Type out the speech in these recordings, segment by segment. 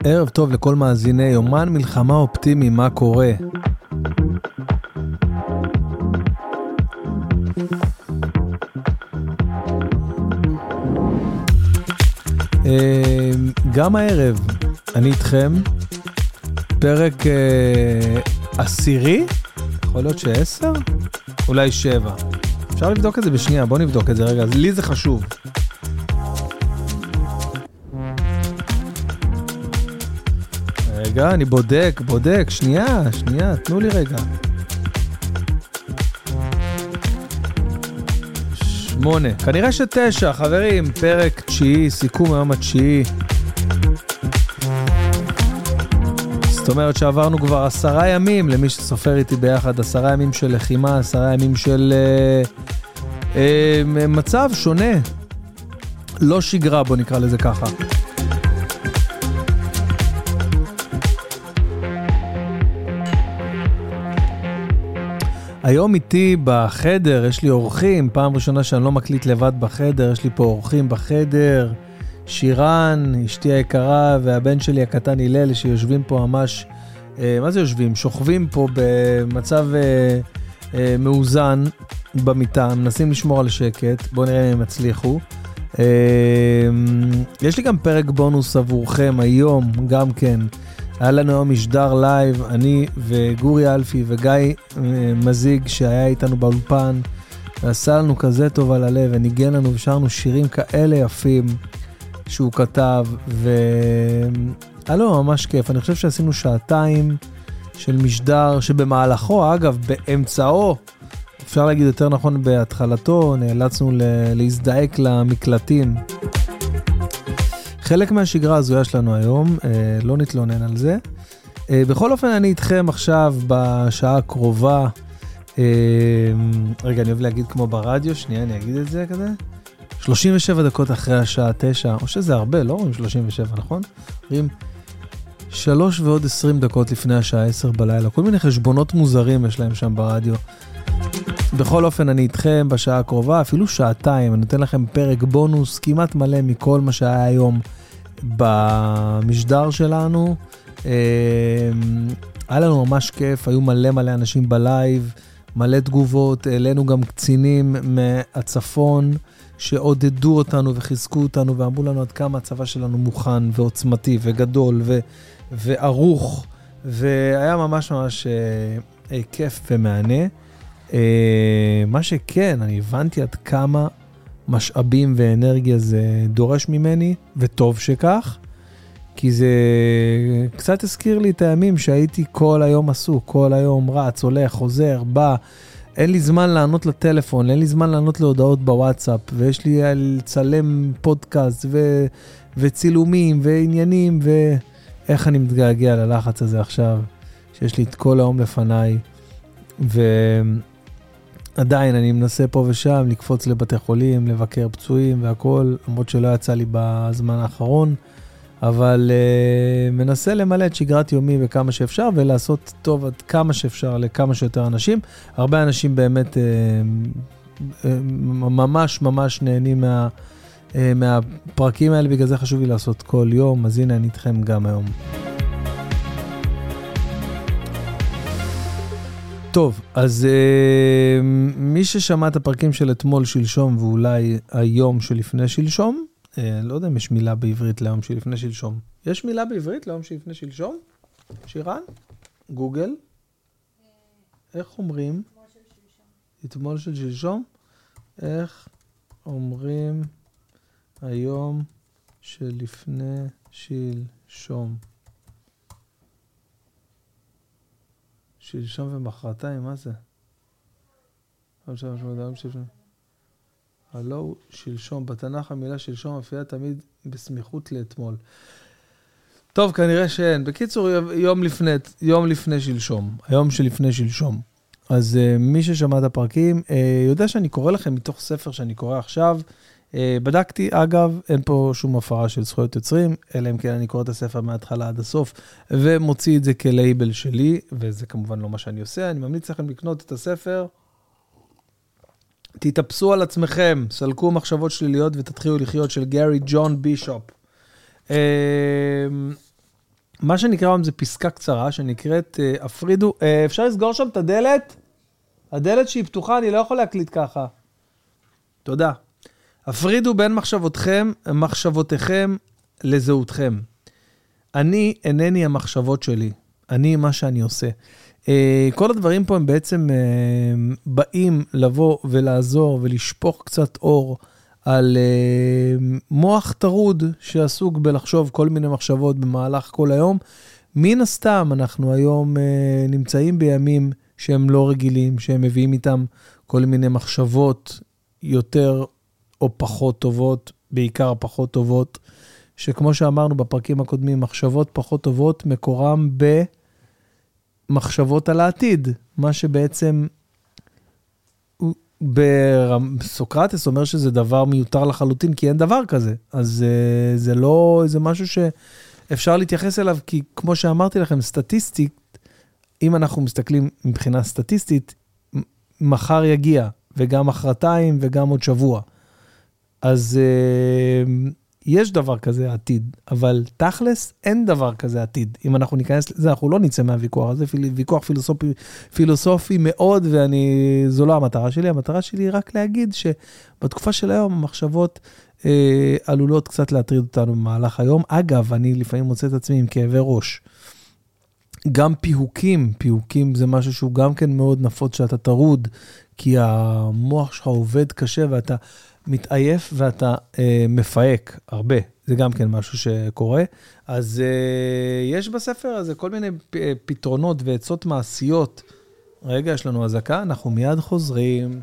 ערב טוב לכל מאזיני יומן מלחמה אופטימי, מה קורה? גם הערב אני איתכם, פרק עשירי, יכול להיות ש10? אולי 7. אפשר לבדוק את זה בשנייה, בוא נבדוק את זה רגע, לי זה חשוב. רגע, אני בודק, שנייה, תנו לי רגע. 8, כנראה ש9, חברים, פרק 9, סיכום היום ה9. זאת אומרת שעברנו כבר 10 ימים, למי שסופר איתי ביחד, 10 ימים של לחימה, 10 ימים של מצב שונה. לא שגרה, בוא נקרא לזה ככה. היום איתי בחדר, יש לי אורחים, פעם ראשונה שאני לא מקליט לבד בחדר, יש לי פה אורחים בחדר, שירן, אשתי היקרה, והבן שלי הקטן הלל, שיושבים פה ממש, מה זה יושבים? שוכבים פה במצב מאוזן במיטה, מנסים לשמור על שקט, בואו נראה אם הם הצליחו. יש לי גם פרק בונוס עבורכם היום, גם כן, היה לנו היום משדר לייב, אני וגורי אלפי וגיא מזיג שהיה איתנו באולפן, ועשה לנו כזה טוב על הלב, וניגן לנו ושרנו שירים כאלה יפים שהוא כתב, והיה לו ממש כיף. אני חושב שעשינו 2 של משדר, שבמהלכו, אגב, באמצעו, אפשר להגיד יותר נכון בהתחלתו, נאלצנו להזדעק למקלטים. חלק מהשגרה הזו יש לנו היום, לא נתלונן על זה. בכל אופן אני איתכם עכשיו בשעה הקרובה, רגע אני אוהב להגיד כמו ברדיו, שנייה אני אגיד את זה כזה, 37 דקות אחרי השעה 9, או שזה הרבה, לא רואים 37, נכון? רואים 3 ועוד 20 דקות לפני השעה 10 בלילה, כל מיני חשבונות מוזרים יש להם שם ברדיו. בכל אופן אני איתכם בשעה הקרובה, אפילו 2 אני נותן לכם פרק בונוס כמעט מלא מכל מה שהיה היום במשדר שלנו. היה לנו ממש כיף, היו מלא אנשים בלייב, מלא תגובות, אלינו גם קצינים מהצפון שעודדו אותנו וחיזקו אותנו ואמרו לנו עד כמה הצבא שלנו מוכן ועוצמתי וגדול וערוך, והיה ממש כיף ומענה. מה שכן, אני הבנתי עד כמה משאבים ואנרגיה זה דורש ממני, וטוב שכך, כי זה קצת הזכיר לי את הימים שהייתי כל היום עסוק, כל היום רץ, הולך, חוזר, בא, אין לי זמן לענות לטלפון, אין לי זמן לענות להודעות בוואטסאפ, ויש לי לצלם פודקאסט וצילומים ועניינים, ואיך אני מתגעגע ללחץ הזה עכשיו, שיש לי את כל היום לפניי, עדיין אני מנסה פה ושם לקפוץ לבתי חולים, לבקר פצועים והכל, למרות שלא יצא לי בזמן האחרון, אבל מנסה למלא את שגרת יומי בכמה שאפשר, ולעשות טוב עד כמה שאפשר לכמה שיותר אנשים. הרבה אנשים באמת ממש נהנים מהפרקים האלה, בגלל זה חשוב לי לעשות כל יום, אז הנה אני איתכם גם היום. טוב, אז מי ששמע את הפרקים של אתמול שלשום, ואולי היום שלפני שלשום, לא יודע אם יש מילה בעברית ליום שלפני שלשום. יש מילה בעברית ליום שלפני שלשום? שירן? גוגל? איך אומרים? אתמול של שלשום? איך אומרים היום שלפני שלשום? שלשום ומחרתיים, מה זה? הלא, שלשום. בתנ"ך המילה שלשום מופיעה תמיד בסמיכות לאתמול. טוב, כנראה שאין. בקיצור, יום לפני שלשום. היום שלפני שלשום. אז מי ששמע את הפרקים, יודע שאני קורא לכם מתוך ספר שאני קורא עכשיו. בדקתי, אגב, אין פה שום הפרה של זכויות יוצרים, אלא אם כן אני קורא את הספר מההתחלה עד הסוף, ומוציא את זה כלייבל שלי, וזה כמובן לא מה שאני עושה. אני ממליץ לכם לקנות את הספר. תתאפסו על עצמכם, סלקו מחשבות שליליות ותתחילו לחיות, של גארי ג'ון בישופ. מה שנקרא זה פסקה קצרה, שנקראת הפרידו, אפשר לסגור שם את הדלת? הדלת שהיא פתוחה, אני לא יכול להקליט ככה. תודה. הפרידו בין מחשבותיכם לזהותכם. אני אינני המחשבות שלי, אני מה שאני עושה. כל הדברים פה הם בעצם באים לבוא ולעזור ולשפוך קצת אור על מוח טרוד שעסוק בלחשוב כל מיני מחשבות במהלך כל היום. מן הסתם אנחנו היום נמצאים בימים שהם לא רגילים, שהם מביאים איתם כל מיני מחשבות יותר או פחות טובות, בעיקר פחות טובות, שכמו שאמרנו בפרקים הקודמים, מחשבות פחות טובות מקורם במחשבות על העתיד, מה שבעצם סוקרטס אומר שזה דבר מיותר לחלוטין, כי אין דבר כזה. אז זה לא, זה משהו שאפשר להתייחס אליו, כי כמו שאמרתי לכם, סטטיסטית, אם אנחנו מסתכלים מבחינה סטטיסטית, מחר יגיע, וגם מחרתיים, וגם עוד שבוע. אז יש דבר כזה עתיד, אבל תכלס אין דבר כזה עתיד. אם אנחנו ניכנס לזה, אנחנו לא נצא מהוויכוח הזה, ויכוח פילוסופי מאוד, זו לא המטרה שלי. המטרה שלי היא רק להגיד שבתקופה של היום, המחשבות עלולות קצת להטריד אותנו במהלך היום. אגב, אני לפעמים מוצא את עצמי עם כאבי ראש. גם פיהוקים זה משהו שהוא גם כן מאוד נפוץ שאתה טרוד, כי המוח שלך עובד קשה ואתה מתעייף ואתה מפהק הרבה. זה גם כן משהו שקורה. אז יש בספר הזה כל מיני פתרונות ועצות מעשיות. רגע, יש לנו הזקה, אנחנו מיד חוזרים.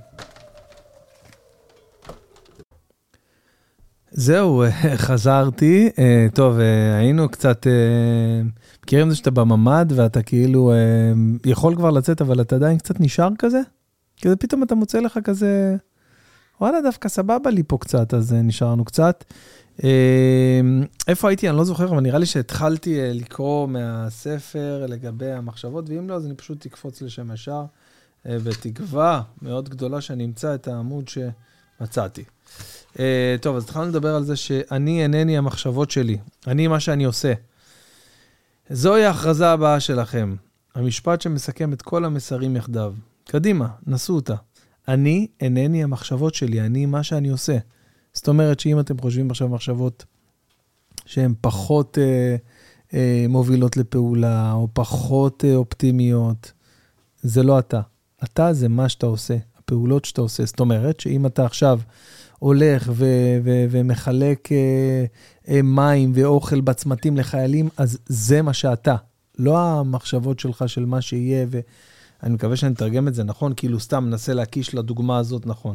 זהו, חזרתי. טוב, היינו קצת, מכירים זה שאתה בממד ואתה כאילו יכול כבר לצאת, אבל אתה עדיין קצת נשאר כזה? כי פתאום אתה מוצא לך כזה, וואלה, דווקא סבבה לי פה קצת, אז נשארנו קצת. איפה הייתי? אני לא זוכר, אבל נראה לי שהתחלתי לקרוא מהספר לגבי המחשבות, ואם לא, אז אני פשוט תקפוץ לשם ישר, בתקווה מאוד גדולה שאני אמצא את העמוד שמצאתי. טוב, אז התחלנו לדבר על זה שאני אינני המחשבות שלי, אני מה שאני עושה. זוהי ההכרזה הבאה שלכם, המשפט שמסכם את כל המסרים יחדיו. קדימה, נסו אותה. אני אינני המחשבות שלי, אני מה שאני עושה. זאת אומרת שאם אתם חושבים עכשיו מחשבות שהן פחות מובילות לפעולה, או פחות אופטימיות, זה לא אתה. אתה זה מה שאתה עושה, הפעולות שאתה עושה. זאת אומרת שאם אתה עכשיו הולך ומחלק מים ואוכל בצמתים לחיילים, אז זה מה שאתה. לא המחשבות שלך של מה שיהיה, ואני מקווה שאני אתרגם את זה נכון, כאילו סתם מנסה להקיש לדוגמה הזאת נכון.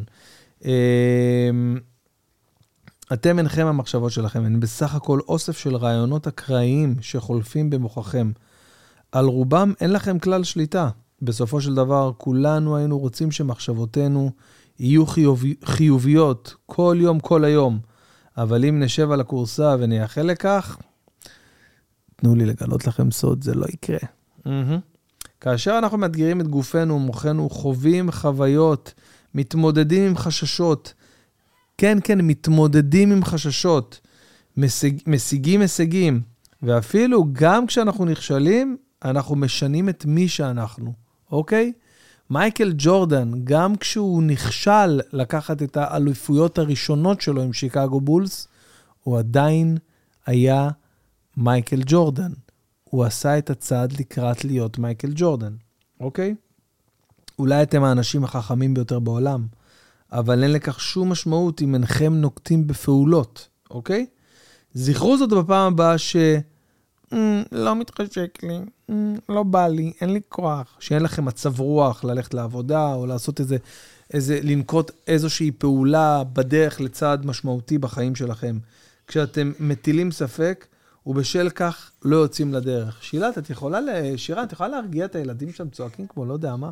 אתם אינכם המחשבות שלכם, הן בסך הכל אוסף של רעיונות אקראיים שחולפים במוחכם. על רובם אין לכם כלל שליטה. בסופו של דבר, כולנו היינו רוצים שמחשבותינו יהיו חיוביות כל יום, כל היום. אבל אם נשב על הקורסה ונייחל לכך, תנו לי לגלות לכם סוד, זה לא יקרה. כאשר אנחנו מאתגרים את גופנו ומוחנו, חווים חוויות, מתמודדים עם חששות. כן, מתמודדים עם חששות, משיגים הישגים, ואפילו גם כשאנחנו נכשלים, אנחנו משנים את מי שאנחנו, אוקיי? מייקל ג'ורדן, גם כשהוא נכשל לקחת את האליפויות הראשונות שלו עם שיקגו בולס, הוא עדיין היה מייקל ג'ורדן. הוא עשה את הצעד לקראת להיות מייקל ג'ורדן, אוקיי? אולי אתם האנשים החכמים ביותר בעולם, אבל אין לכך שום משמעות אם אינכם נוקטים בפעולות, אוקיי? זכרו זאת בפעם הבאה לא מתחשק לי, לא בא לי, אין לי כוח, שאין לכם מצב רוח ללכת לעבודה, או לעשות לנקוט איזושהי פעולה בדרך לצעד משמעותי בחיים שלכם. כשאתם מטילים ספק, ובשל כך לא יוצאים לדרך. שירה, את יכולה להרגיע את הילדים שם צועקים כמו לא יודע מה?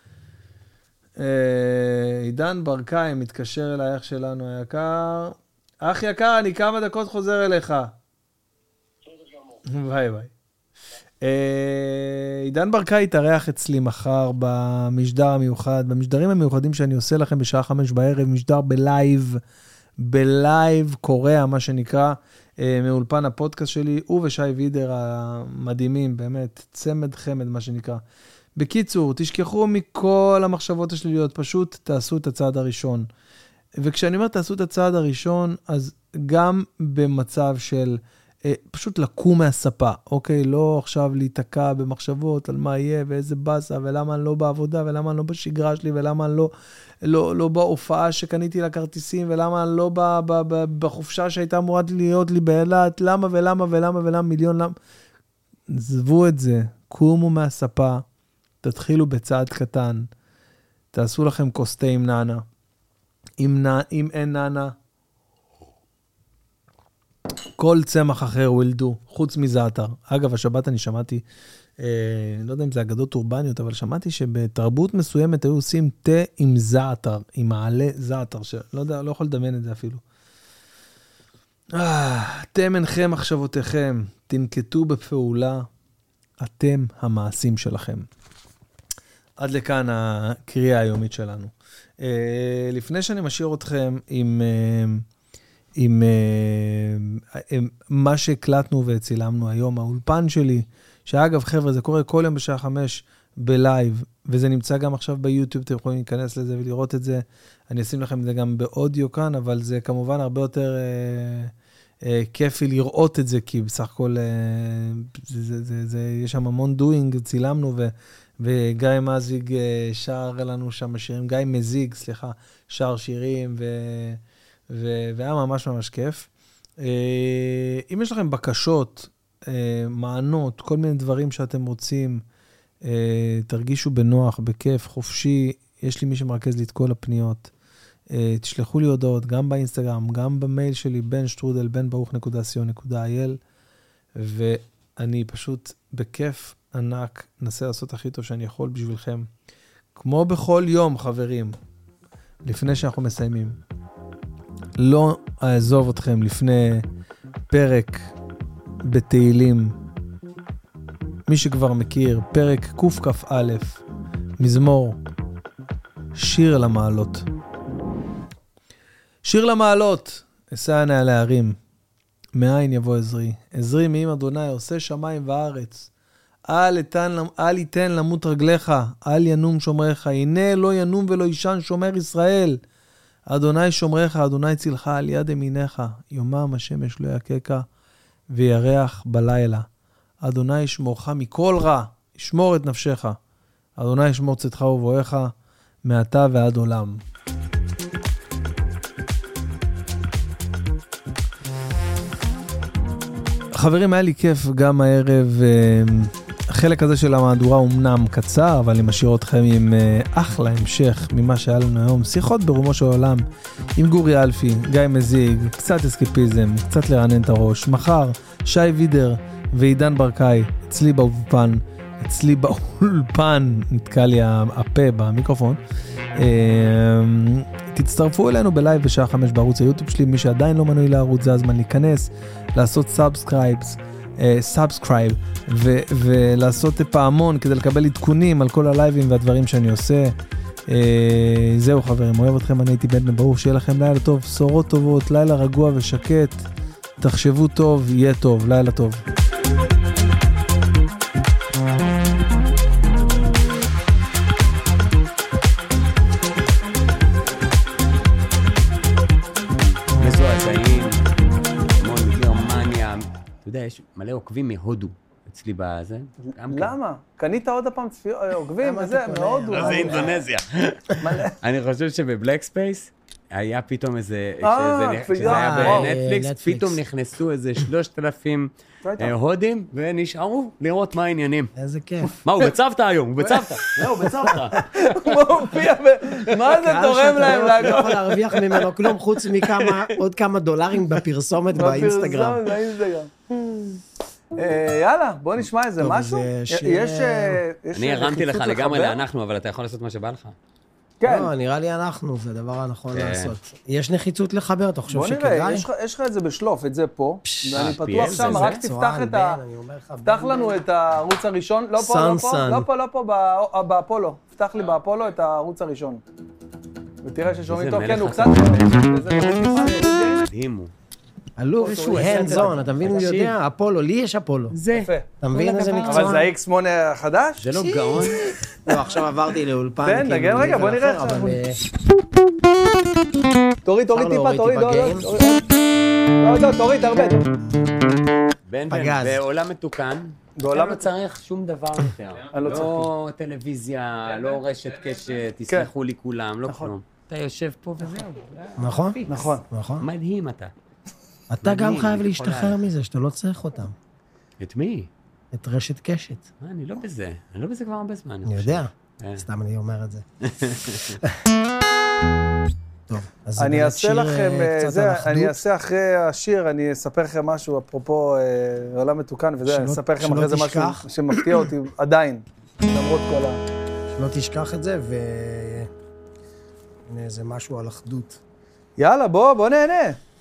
עידן ברקאי מתקשר אליי, אח שלנו היקר. אח יקר, אני כמה דקות חוזר אליך. ביי ביי. עידן ברקאי יתארח אצלי מחר במשדר המיוחד, במשדרים המיוחדים שאני עושה לכם בשעה 5 בערב, משדר בלייב קוריאה, מה שנקרא. מאולפן הפודקאסט שלי, הוא ושי וידר המדהימים, באמת, צמד חמד, מה שנקרא. בקיצור, תשכחו מכל המחשבות השליליות, פשוט תעשו את הצעד הראשון. וכשאני אומר תעשו את הצעד הראשון, אז גם במצב של פשוט לקום מהספה, אוקיי? לא עכשיו להתעקע במחשבות על מה יהיה ואיזה בסה, ולמה אני לא בעבודה, ולמה אני לא בשגרה שלי, ולמה אני לא בהופעה שקניתי לכרטיסים, ולמה אני לא בחופשה שהייתה אמורה להיות לי באילת, למה, מיליון למה. עזבו את זה, קומו מהספה, תתחילו בצעד קטן, תעשו לכם כוס תה עם נענה. אם אין נענה, כל צמח אחר will do, חוץ מזעתר. אגב, השבת אני שמעתי, לא יודע אם זה אגדות אורבניות, אבל שמעתי שבתרבות מסוימת היו עושים תה עם זעתר, עם מעלה זעתר, לא יודע, לא יכול לדמיין את זה אפילו. אתם אינכם מחשבותיכם, תנקטו בפעולה, אתם המעשים שלכם. עד לכאן הקריאה היומית שלנו. לפני שאני משאיר אתכם עם מה שהקלטנו וצילמנו היום, האולפן שלי, שאגב חבר'ה, זה קורה כל יום בשעה 5 בלייב, וזה נמצא גם עכשיו ביוטיוב, אתם יכולים להיכנס לזה ולראות את זה, אני אשים לכם את זה גם באודיו כאן, אבל זה כמובן הרבה יותר כיפי לראות את זה, כי בסך הכל יש שם המון דוינג, צילמנו, וגיא מזיג שר לנו שם שירים, גיא מזיג, סליחה, שר שירים, והיה ממש ממש כיף. אם יש לכם בקשות, מענות, כל מיני דברים שאתם רוצים, תרגישו בנוח, בכיף, חופשי, יש לי מי שמרכז לי את כל הפניות. תשלחו לי הודעות, גם באינסטגרם, גם במייל שלי, benstrudel.co.il, ואני פשוט בכיף ענק, נסה לעשות הכי טוב שאני יכול בשבילכם. כמו בכל יום, חברים, לפני שאנחנו מסיימים. לא אעזוב אתכם לפני פרק בתהילים. מי שכבר מכיר, פרק קכ"א, מזמור, שיר למעלות. שיר למעלות, אשא עיני אל ההרים, מאין יבוא עזרי. עזרי מעם אדוני, עושה שמיים וארץ. אל יתן למות רגליך, אל ינום שומריך. הנה לא ינום ולא ישן שומר ישראל. אדוני שומריך, אדוני צילך על יד ימיניך. יומם השמש לא יקקה, וירח בלילה. אדוני ישמורך מכל רע, ישמור את נפשך. אדוני ישמור צאתך ובואך, מעתה ועד עולם. חברים, היה לי כיף גם הערב. החלק הזה של המהדורה אומנם קצר, אבל אני משאיר אתכם עם אחלה המשך ממה שהיה לנו היום. שיחות ברומו של עולם עם גורי אלפי, גיא מזיג, קצת אסקפיזם, קצת לרענן את הראש. מחר, שי וידר ועידן ברקאי, אצלי באולפן, נתקע לי הפה במיקרופון. תצטרפו אלינו בלייב בשעה 5 בערוץ היוטיוב שלי. מי שעדיין לא מנוי לערוץ, זה הזמן להיכנס, לעשות סאבסקרייב ולעשות פעמון כדי לקבל עדכונים על כל הלייבים והדברים שאני עושה. זהו חברים, אוהב אתכם, אני הייתי בן ברוך, שיהיה לכם לילה טוב, בשורות טובות, לילה רגוע ושקט, תחשבו טוב, יהיה טוב, לילה טוב. אתה יודע, יש מלא עוקבים מהודו אצלי בזה. למה? קנית עוד הפעם עוקבים וזה, מהודו. זה אינדונזיה. אני חושב שבבלק ספייס היה פתאום איזה, שזה היה בנטפליקס, פתאום נכנסו איזה 3,000 הודים, ונשארו לראות מה העניינים. איזה כיף. מה, הוא בצוותא היום? הוא בצוותא. הוא בצוותא. הוא מופיע מה זה תורם להם? לא יכול להרוויח ממנו כלום, חוץ עוד כמה דולרים בפרסומת באינסטגרם. יאללה, בוא נשמע איזה משהו. אני הרמתי לך לגמרי לאנחנו, אבל אתה יכול לעשות מה שבא לך. לא, נראה לי אנחנו, זה הדבר הנכון לעשות. יש נחיצות לחבר, אתה חושב שכדאי? בוא נראה, יש לך את זה בשלוף, את זה פה, ואני פתוח שם, רק תפתח לנו את הערוץ הראשון, לא פה, באפולו, פתח לי באפולו את הערוץ הראשון. ותראה ששומעים טוב, כן, הוא קצת... מדהים הוא. אלוף, איזשהו hands-on, אתה מבין, הוא יודע, אפולו, לי יש אפולו. זה. אתה מבין איזה מקצוע? אבל זה ה-X8 החדש? זה לא גאון. לא, עכשיו עברתי לאולפן. תן, נגן רגע, בוא נראה עכשיו. תוריד טיפה, תוריד. לא, תוריד, הרבה. בן, בעולם מתוקן. בעולם לא צריך שום דבר יותר. לא טלוויזיה, לא רשת קשת, תסלחו לי כולם, לא כלום. אתה יושב פה וזהו. נכון. מדהים אתה. אתה גם חייב להשתחרר מזה, שאתה לא צריך אותם. את מי? את רשת קשת. אני לא בזה. אני לא בזה כבר הרבה זמן. אני יודע. סתם אני אומר את זה. טוב, אז אני אעשה לכם, אני אעשה אחרי השיר, אני אספר לכם משהו, אפרופו עולם מתוקן וזה, אני אספר לכם אחרי זה משהו שמפתיע אותי עדיין, למרות כל ה... שלא תשכח את זה, הנה זה משהו על אחדות. יאללה, בוא נהנה.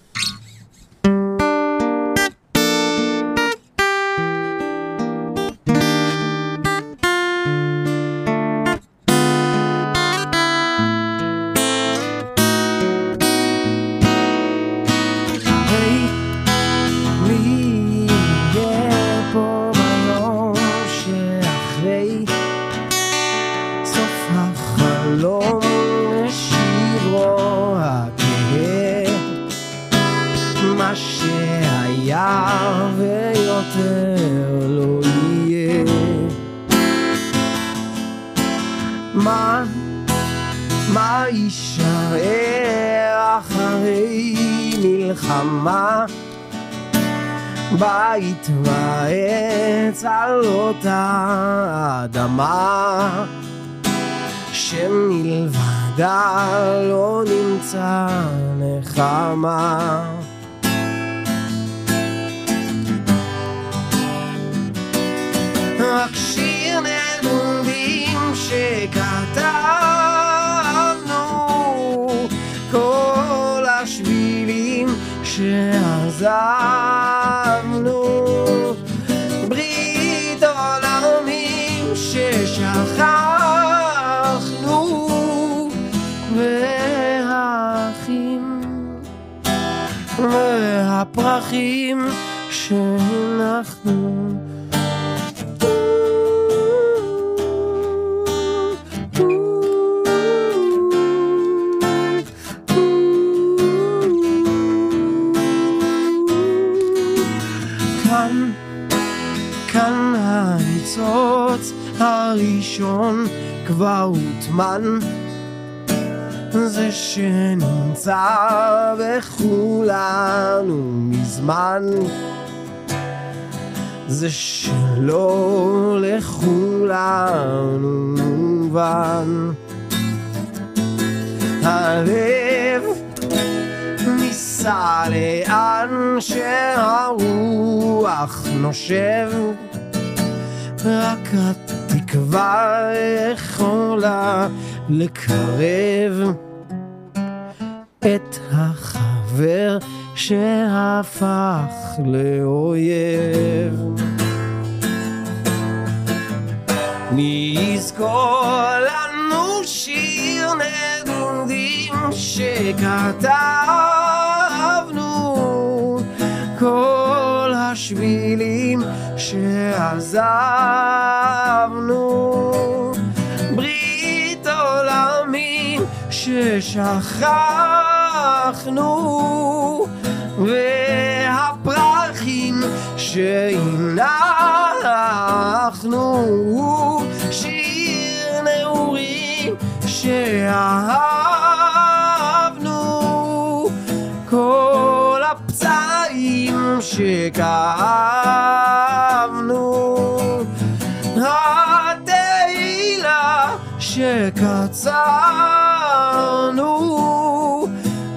מה יישאר אחרי מלחמה? בית ועץ על אותה אדמה, שמלבדה לא נמצא נחמה. רק שיר נדודים שכתבנו, כל השבילים שעזבנו, ברית עולמים ששכחנו, והאחים והפרחים שאנחנו. כאן הניצוץ הראשון כבר הוטמן, זה שנמצא בכולנו מזמן, זה שלא לכולנו מובן. הלב ניסה לאן שהרוח נושב, רק התקווה יכולה לקרב את החבר שהפך לאויב. נזכור לנו שיר נדודים שכתבנו, כל השבילים שעזבנו, ברית עולמים ששכחנו, והפרחים שהנחנו, שיר נעורים שאהבנו, כל הפצעים שכאבנו, התהילה שקצרנו,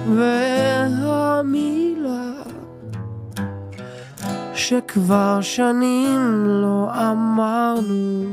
והמילה שכבר שנים לא אמרנו.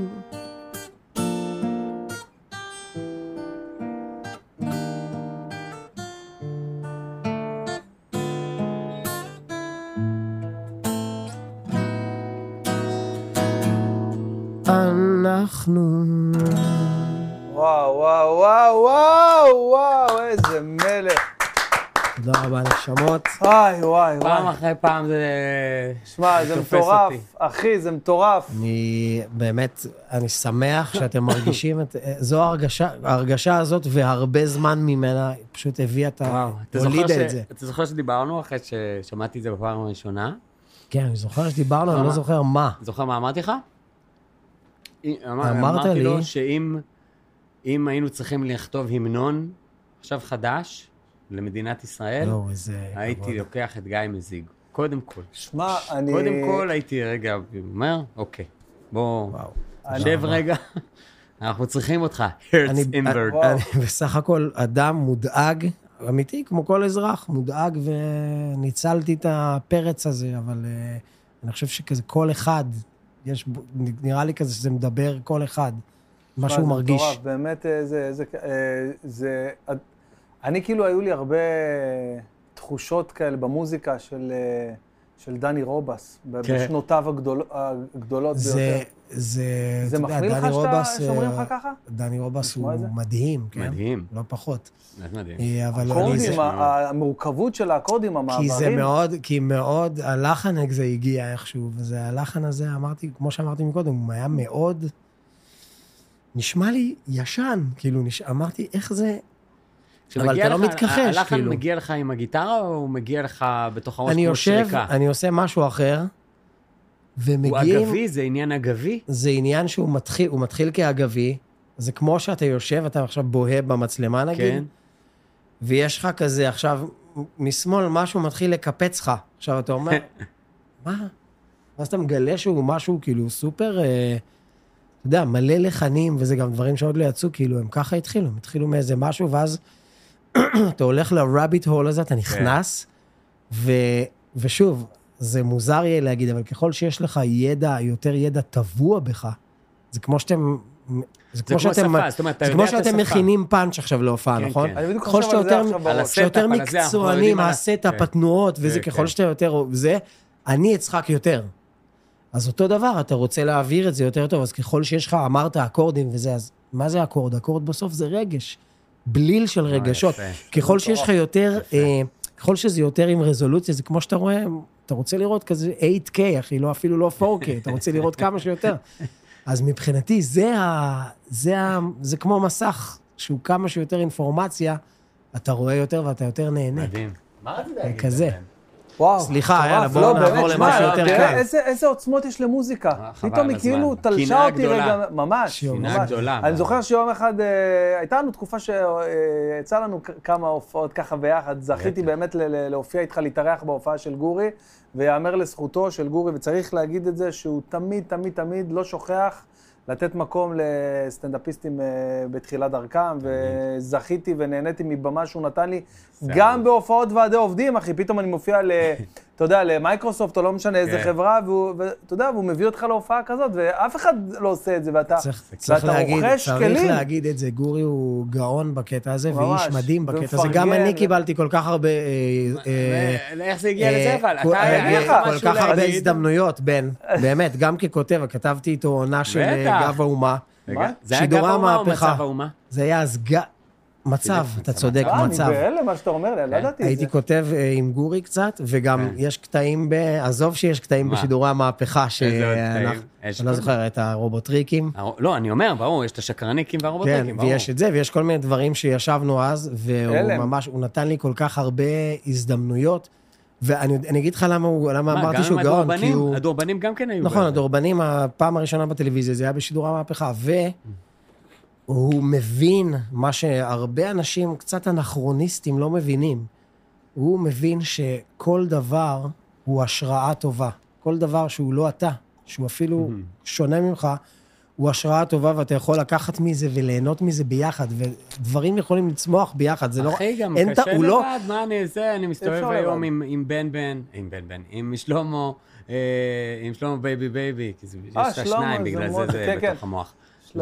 אנחנו. וואו, וואו, וואו, וואו, וואו, איזה מלך. תודה רבה לשמות. וואי. פעם אחרי פעם זה... שמע, זה מטורף. אחי, זה מטורף. אני שמח שאתם מרגישים את... זו ההרגשה הזאת, והרבה זמן ממנה פשוט הביאה הולידה את זה. אתה זוכר שדיברנו אחרי ששמעתי את זה בפעם הראשונה? כן, אני זוכר שדיברנו, אני לא זוכר מה. זוכר מה אמרתי לך? אמרת אמרתי לי... לו שאם היינו צריכים לכתוב המנון, עכשיו חדש, למדינת ישראל, הייתי לוקח את גיא מזיג. קודם כל. שמע, אני... קודם כל הייתי רגע, אומר, אוקיי, בוא, שב רגע, אנחנו צריכים אותך, הרץ אינברד. אני בסך הכל אדם מודאג, אמיתי, כמו כל אזרח, מודאג וניצלתי את הפרץ הזה, אבל אני חושב שכזה כל אחד, נראה לי כזה שזה מדבר כל אחד, מה שהוא מרגיש. באמת, אני כאילו, היו לי הרבה תחושות כאלה במוזיקה של דני רובס, בשנותיו הגדולות ביותר. זה מחמיא לך שאומרים לך ככה? דני רובס הוא מדהים, כן? מדהים. לא פחות. מדהים. אקורדים, המורכבות של האקורדים, המעברים. כי מאוד, הלחן הזה הגיע איכשהו, וזה הלחן הזה, כמו שאמרתי מקודם, הוא היה מאוד, נשמע לי ישן, כאילו, אמרתי, איך זה... אבל אתה לא מתכחש, כאילו. הלחן מגיע לך עם הגיטרה, או הוא מגיע לך בתוך הראש כמו שריקה? אני עושה משהו אחר, ומגיעים... הוא אגבי? זה עניין אגבי? זה עניין שהוא מתחיל כאגבי, זה כמו שאתה יושב, אתה עכשיו בוהה במצלמה נגיד, כן. ויש לך כזה עכשיו, משמאל משהו מתחיל לקפץ לך. עכשיו אתה אומר, מה? אז אתה מגלה שהוא משהו כאילו סופר, אתה יודע, מלא לחנים, וזה גם דברים שעוד לא יצאו, כאילו הם ככה התחילו, הם התחילו מאיזה משהו, ואז אתה הולך לרביט הול הזה, אתה נכנס, ושוב, זה מוזר יהיה להגיד, אבל ככל שיש לך ידע, יותר ידע טבוע בך, זה כמו שאתם... זה כמו שפה, זאת אומרת, אתה יודע את השפה. זה כמו שאתם מכינים פאנץ' עכשיו להופעה, נכון? ככל שיותר מקצוענים, הסטאפ, התנועות, וזה ככל שאתה יותר... זה, אני אצחק יותר. אז אותו דבר, אתה רוצה להעביר את זה יותר טוב, אז ככל שיש לך, אמרת אקורדים וזה, אז מה זה אקורד? אקורד בסוף זה רגש. בליל של רגשות. ככל שיש לך יותר... ככל שזה יותר עם רזולוציה, זה כמו שאתה רואה, אתה רוצה לראות כזה 8K, אחי, לא, אפילו לא 4K, אתה רוצה לראות כמה שיותר. אז מבחינתי, זה כמו מסך, שהוא כמה שיותר אינפורמציה, אתה רואה יותר ואתה יותר נהנה. מדהים. מה רצית להגיד? כזה. וואו. סליחה, יאללה, בואו נעבור למשהו יותר קל. איזה עוצמות יש למוזיקה. פתאום היא כאילו תלשה אותי רגע, ממש. קינה גדולה. אני זוכר שיום אחד, הייתה לנו תקופה שיצא לנו כמה הופעות ככה ביחד, זכיתי באמת להופיע איתך, להתארח בהופעה של גורי, ויאמר לזכותו של גורי, וצריך להגיד את זה, שהוא תמיד, תמיד, תמיד לא שוכח לתת מקום לסטנדאפיסטים בתחילת דרכם, וזכיתי ונהניתי מבמה שהוא נתן לי, גם בהופעות ועדי עובדים, אחי, פתאום אני מופיע אתה יודע, למייקרוסופט, או לא משנה איזה חברה, ואתה יודע, והוא מביא אותך להופעה כזאת, ואף אחד לא עושה את זה, ואתה רוכש כלים. צריך להגיד את זה, גורי הוא גאון בקטע הזה, ואיש מדהים בקטע הזה. גם אני קיבלתי כל כך הרבה... איך זה הגיע לזה, אבל? כל כך הרבה הזדמנויות, בן, באמת, גם ככותב, כתבתי איתו עונה של גב האומה. זה היה גב האומה או מצב האומה? זה היה אז מצב, אתה צודק, מצב. אני בהלם מה שאתה אומר לי, לא ידעתי את זה. הייתי כותב עם גורי קצת, וגם יש קטעים, עזוב שיש קטעים בשידורי המהפכה, אני לא זוכר, את הרובוטריקים. לא, אני אומר, ברור, יש את השקרניקים והרובוטריקים, ברור. ויש את זה, ויש כל מיני דברים שישבנו אז, והוא ממש, הוא נתן לי כל כך הרבה הזדמנויות, ואני אגיד לך למה אמרתי שהוא גאון, כי הוא... הדורבנים גם כן היו. נכון, הדורבנים, הפעם הראשונה בטלוויזיה, זה היה בשידורי המהפכה, הוא מבין מה שהרבה אנשים קצת אנכרוניסטים לא מבינים. הוא מבין שכל דבר הוא השראה טובה. כל דבר שהוא לא אתה, שהוא אפילו שונה ממך, הוא השראה טובה, ואתה יכול לקחת מזה וליהנות מזה ביחד, ודברים יכולים לצמוח ביחד. זה אחי, גם קשה לבד, מה אני עושה? אני מסתובב היום עם עם שלמה בייבי בייבי, כי יש את השניים, בגלל זה בתוך המוח.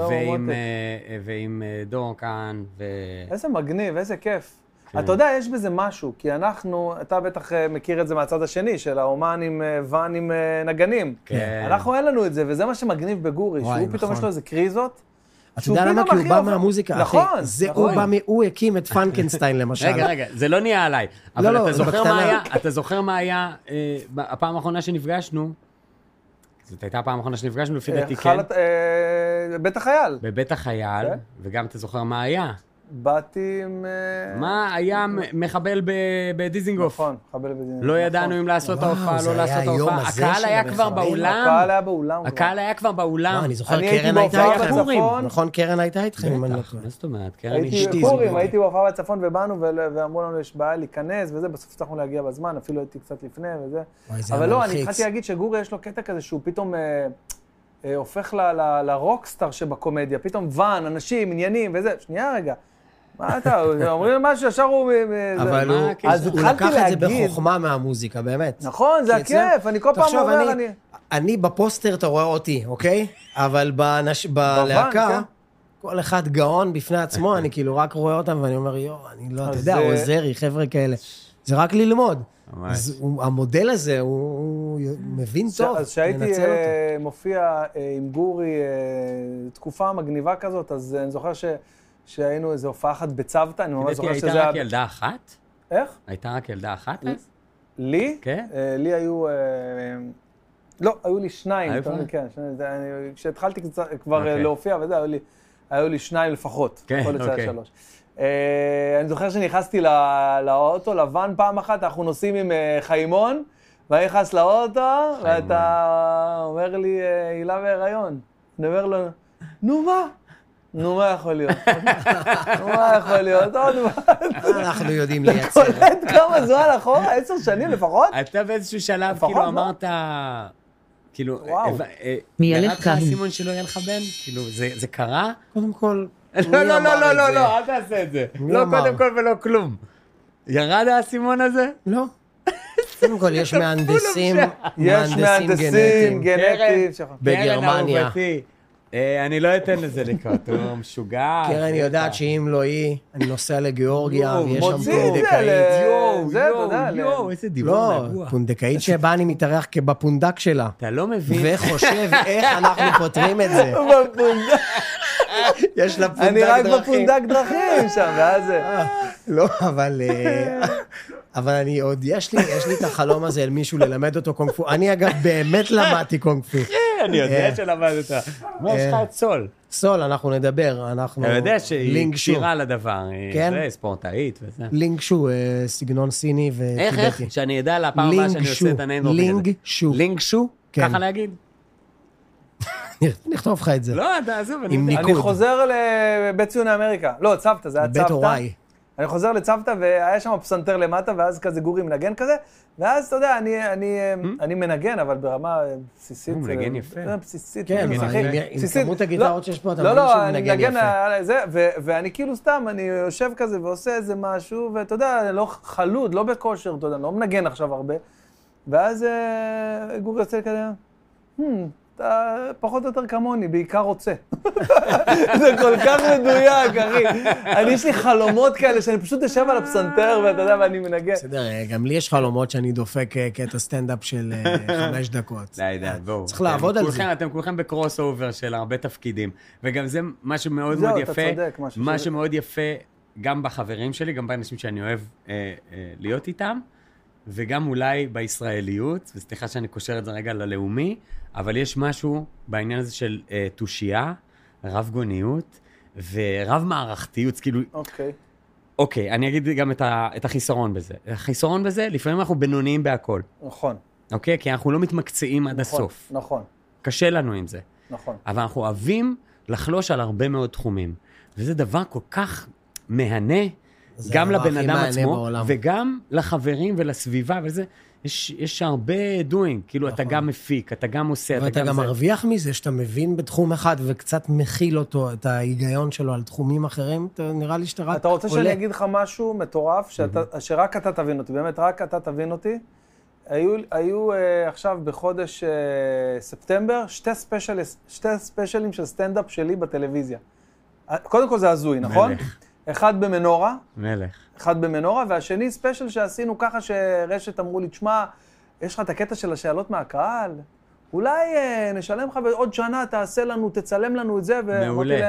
ועם דור כאן, איזה מגניב, איזה כיף. אתה יודע, יש בזה משהו, כי אתה בטח מכיר את זה מהצד השני, של האומן עם ואן עם נגנים. אנחנו אין לנו את זה, וזה מה שמגניב בגורי, שהוא פתאום יש לו איזה קריזות, אתה יודע למה? כי הוא בא מהמוזיקה, אחי. הוא הקים את פרנקנשטיין למשל. רגע, זה לא נהיה עליי. אבל אתה זוכר מה היה הפעם האחרונה שנפגשנו? זאת הייתה הפעם האחרונה שנפגשנו לפי דעתי, כן? בבית החייל. בבית החייל, וגם אתה זוכר מה היה. באתי עם... מה היה מחבל בדיזינגוף? נכון, מחבל בדיזינגוף. לא ידענו אם לעשות את ההופעה, לא לעשות את ההופעה. הקהל היה כבר באולם. הקהל היה כבר באולם. אני זוכר, קרן הייתה איתכם. נכון, קרן הייתה איתכם. בטח, מה זאת אומרת? קרן אשתי. הייתי בהופעה בצפון ובאנו ואמרו לנו יש בעיה להיכנס וזה, בסוף הצלחנו להגיע בזמן, אפילו הייתי קצת לפני וזה. אבל לא, אני התחלתי להגיד שגורי יש לו קטע כזה שהוא פתאום הופך לרוקסטאר שבקומדיה, פתאום ואן, אנשים, עניינים וזה. שנייה רגע. מה אתה, אומרים משהו, ישר הוא... אבל הוא לקח את זה בחוכמה מהמוזיקה, באמת. נכון, זה הכיף, אני כל פעם אומר, אני בפוסטר, אתה רואה אותי, אוקיי? אבל בלהקה, כל אחד גאון בפני עצמו, אני כאילו רק רואה אותם, ואני אומר, אני לא, אתה יודע, עוזרי, חבר'ה כאלה. זה רק ללמוד. המודל הזה, הוא מבין טוב, אז שהייתי מופיע עם גורי, תקופה מגניבה כזאת, אז אני זוכר שהיינו איזו הופעה אחת בצוותא, אני ממש זוכר שזה... הייתה רק ילדה אחת? איך? הייתה רק ילדה אחת אז? לי? כן. לי היו... לא, היו לי שניים. כן, כשהתחלתי כבר להופיע וזה, היו לי שניים לפחות. כן, אוקיי. אני זוכר שנכנסתי לאוטו, לבן פעם אחת, אנחנו נוסעים עם חיימון, ואני נכנס לאוטו, ואתה אומר לי, הילה בהיריון. אני אומר לו, נו מה? נו, מה יכול להיות? מה יכול להיות? עוד מה? אנחנו יודעים לייצר. אתה קולט כמה זמן אחורה? 10 שנים לפחות? אתה באיזשהו שלב כאילו אמרת, כאילו, נראה לך סימון שלא יהיה לך בן? כאילו, זה קרה? קודם כל, לא, לא, לא, לא, לא, אל תעשה את זה. לא קודם כל ולא כלום. ירד האסימון הזה? לא. קודם כל, יש מהנדסים גנטיים בגרמניה. אני לא אתן לזה לקרות, הוא משוגע. קרן יודעת שאם לא היא, אני נוסע לגיאורגיה, ויש שם פונדקאית. יואו, איזה דיבור נגוע. פונדקאית שבה אני מתארח כבפונדק שלה. אתה לא מבין. וחושב איך אנחנו פותרים את זה. יש לה פונדק דרכים. אני רק בפונדק דרכים שם, ואז זה... לא, אבל אני עוד, יש לי את החלום הזה אל מישהו ללמד אותו קונג פו. אני אגב באמת למדתי קונג פו. אני יודע שלמדת. מה יש לך את סול? סול, אנחנו נדבר, אנחנו... אתה יודע שהיא קשירה לדבר, זה ספורטאית וזה. לינג שו, סגנון סיני וטיבטי. איך? שאני אדע לפעם הבאה שאני עושה את הניינדרופ. לינג שו. לינג שו? ככה להגיד? נכתוב לך את זה. לא, אתה עזוב. אני חוזר לבית ציוני אמריקה. לא, צוותא, זה היה צוותא. בית הוואי. אני חוזר לצוותא, והיה שם פסנתר למטה, ואז כזה גורי מנגן כזה, ואז, אתה יודע, אני מנגן, אבל ברמה בסיסית. הוא מנגן יפה. בסיסית. כן, עם כמות הגיטרות שיש פה, אתה מבין שהוא מנגן יפה. ואני כאילו סתם, אני יושב כזה ועושה איזה משהו, ואתה יודע, לא חלוד, לא בכושר, אתה יודע, לא מנגן עכשיו הרבה. ואז גורי יוצא כזה, אתה פחות או יותר כמוני, בעיקר רוצה. זה כל כך מדויק, אחי. יש לי חלומות כאלה שאני פשוט יושב על הפסנתר, ואתה יודע, ואני מנגן. בסדר, גם לי יש חלומות שאני דופק קטע סטנדאפ של 5 דקות. די, בואו. צריך לעבוד על זה. אתם כולכם בקרוס אובר של הרבה תפקידים, וגם זה משהו מאוד מאוד יפה. משהו מאוד יפה, גם בחברים שלי, גם באנשים שאני אוהב להיות איתם, וגם אולי בישראליות, וסליחה שאני קושר את זה רגע ללאומי, אבל יש משהו בעניין הזה של תושייה, רב גוניות ורב מערכתיות, כאילו... אוקיי, אני אגיד גם את החיסרון בזה. החיסרון בזה, לפעמים אנחנו בינוניים בהכל. נכון. אוקיי? כי אנחנו לא מתמקצעים עד הסוף. נכון. קשה לנו עם זה. נכון. אבל אנחנו אוהבים לחלוש על הרבה מאוד תחומים. וזה דבר כל כך מהנה, גם לבן אדם עצמו, וגם לחברים ולסביבה וזה. יש הרבה doing, כאילו אתה גם מפיק, אתה גם עושה, ואתה גם מרוויח מזה, שאתה מבין בתחום אחד וקצת מכיל אותו, את ההיגיון שלו על תחומים אחרים, נראה לי שאתה רק עולה. אתה רוצה שאני אגיד לך משהו מטורף, שרק אתה תבין אותי, באמת רק אתה תבין אותי. היו עכשיו בחודש ספטמבר, שתי ספיישלים של סטנדאפ שלי בטלוויזיה. קודם כל זה הזוי, נכון? אחד במנורה. מלך. אחד במנורה, והשני ספיישל שעשינו ככה שרשת אמרו לי, תשמע, יש לך את הקטע של השאלות מהקהל, אולי נשלם לך בעוד שנה, תעשה לנו, תצלם לנו את זה, ואמרתי להם,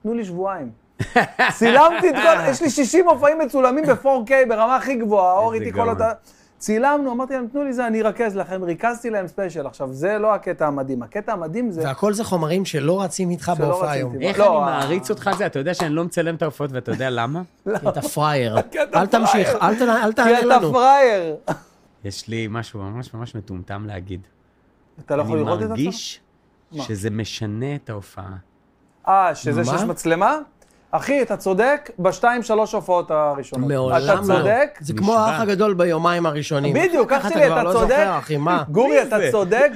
תנו לי שבועיים. צילמתי את כל, יש לי 60 מופעים מצולמים ב-4K ברמה הכי גבוהה, האור איתי כל אותה. צילמנו, אמרתי להם, תנו לי זה, אני ארכז לכם, ריכזתי להם ספיישל. עכשיו, זה לא הקטע המדהים. הקטע המדהים זה... והכל זה חומרים שלא רצים איתך בהופעה היום. איך אני מעריץ אותך זה? אתה יודע שאני לא מצלם את ההופעות, ואתה יודע למה? כי אתה פרייר. אל תמשיך, אל תענה לנו. כי אתה פרייר. יש לי משהו ממש ממש מטומטם להגיד. אתה לא יכול לראות את אני מרגיש שזה משנה את ההופעה. שזה שיש מצלמה? אחי, אתה צודק ב2-3 הופעות הראשונות. מעולם אתה צודק. זה כמו האח הגדול ביומיים הראשונים. בדיוק, אח שלי, אתה צודק. גורי, אתה צודק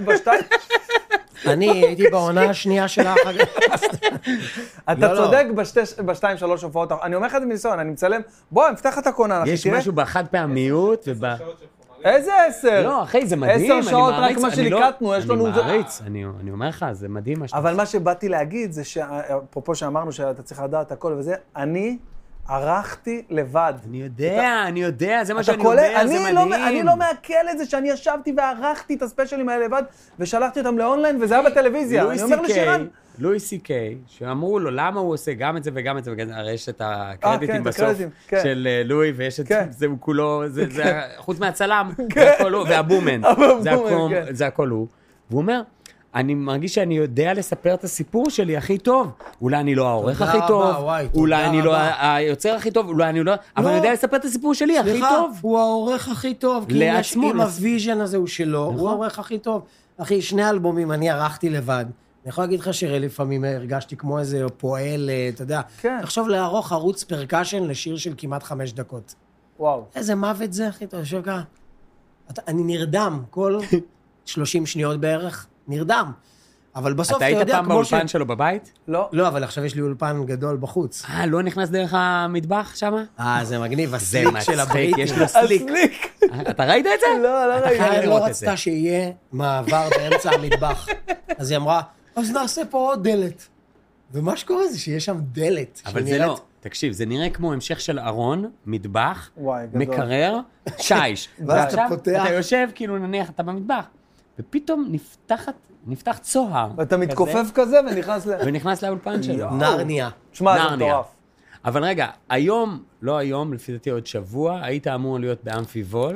אני הייתי בעונה השנייה של האח הגדול. אתה צודק ב2-3 הופעות. אני אומר לך את זה מניסיון, אני מצלם. בוא, אני אפתח את הקונה. יש משהו באחד פעמיות איזה 10? לא, אחי, זה מדהים. 10 שעות רק מה שליקטנו, יש לנו... אני מעריץ, אני אומר לך, זה מדהים. אבל מה שבאתי להגיד זה אפרופו שאמרנו שאתה צריך לדעת הכל וזה, אני ערכתי לבד. אני יודע, זה מה שאני אומר, זה מדהים. אני לא מעכל את זה שאני ישבתי וערכתי את הספיישלים האלה לבד, ושלחתי אותם לאונליין, וזה היה בטלוויזיה. אני אומר לשירן... לואי סי-קיי, שאמרו לו, למה הוא עושה גם את זה וגם את זה, הרי יש את הקרדיטים בסוף של לואי, ויש את זה, הוא כולו, חוץ מהצלם, והבומן, זה הכל הוא. והוא אומר, אני מרגיש שאני יודע לספר את הסיפור שלי הכי טוב. אולי אני לא העורך הכי טוב, אולי אני לא היוצר הכי טוב, אולי אני לא... אבל אני יודע לספר את הסיפור שלי הכי טוב. הוא העורך הכי טוב, כי אם הוויז'ן הזה הוא שלו, הוא העורך הכי טוב. אחי, 2 אלבומים אני ערכתי לבד. אני יכול להגיד לך שלפעמים הרגשתי כמו איזה פועל, אתה יודע, עכשיו לערוך ערוץ פרקשן לשיר של כמעט 5 דקות. וואו. איזה מוות זה, אחי, אתה יושב ככה. אני נרדם כל 30 שניות בערך, נרדם. אבל בסוף אתה יודע, אתה היית פעם באולפן שלו בבית? לא. לא, אבל עכשיו יש לי אולפן גדול בחוץ. לא נכנס דרך המטבח שם? זה מגניב, הסליק של הבריטים. יש לו סליק. אתה ראית את זה? לא ראיתי. היא לא רצתה שיהיה מעבר באמצע המטבח. אז היא אמרה, אז נעשה פה עוד דלת. ומה שקורה זה שיש שם דלת. אבל זה לא, תקשיב, זה נראה כמו המשך של ארון, מטבח, מקרר, שיש. ועכשיו אתה יושב, כאילו נניח אתה במטבח, ופתאום נפתח צוהר. ואתה מתכופף כזה ונכנס לאולפן שלו. נרניה. שמע, זה מטורף. אבל רגע, לא היום, לפי דעתי עוד שבוע, היית אמור להיות באמפיבול,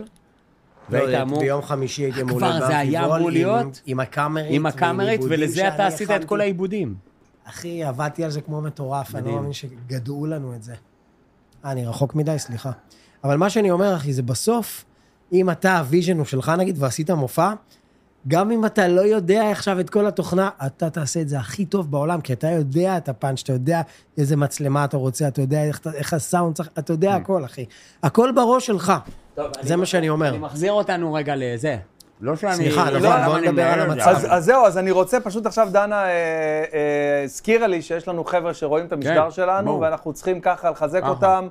ביום חמישי הייתי אמור להיות כבר זה היה אמור להיות עם הקאמרית. עם הקאמרית, ולזה אתה עשית את כל העיבודים. אחי, עבדתי על זה כמו מטורף, אני לא מאמין שגדעו לנו את זה. אני רחוק מדי, סליחה. אבל מה שאני אומר, אחי, זה בסוף, אם אתה הוויז'ן הוא שלך נגיד, ועשית מופע, גם אם אתה לא יודע עכשיו את כל התוכנה, אתה תעשה את זה הכי טוב בעולם, כי אתה יודע את הפאנץ', אתה יודע איזה מצלמה אתה רוצה, אתה יודע איך הסאונד צריך, אתה יודע הכל, אחי. הכל בראש שלך. זה מה שאני אומר. אני מחזיר אותנו רגע לזה. לא שאני... סליחה, בוא נדבר על המצב. אז זהו, אז אני רוצה, פשוט עכשיו דנה הזכירה לי שיש לנו חבר'ה שרואים את המשדר שלנו, ואנחנו צריכים ככה לחזק אותם,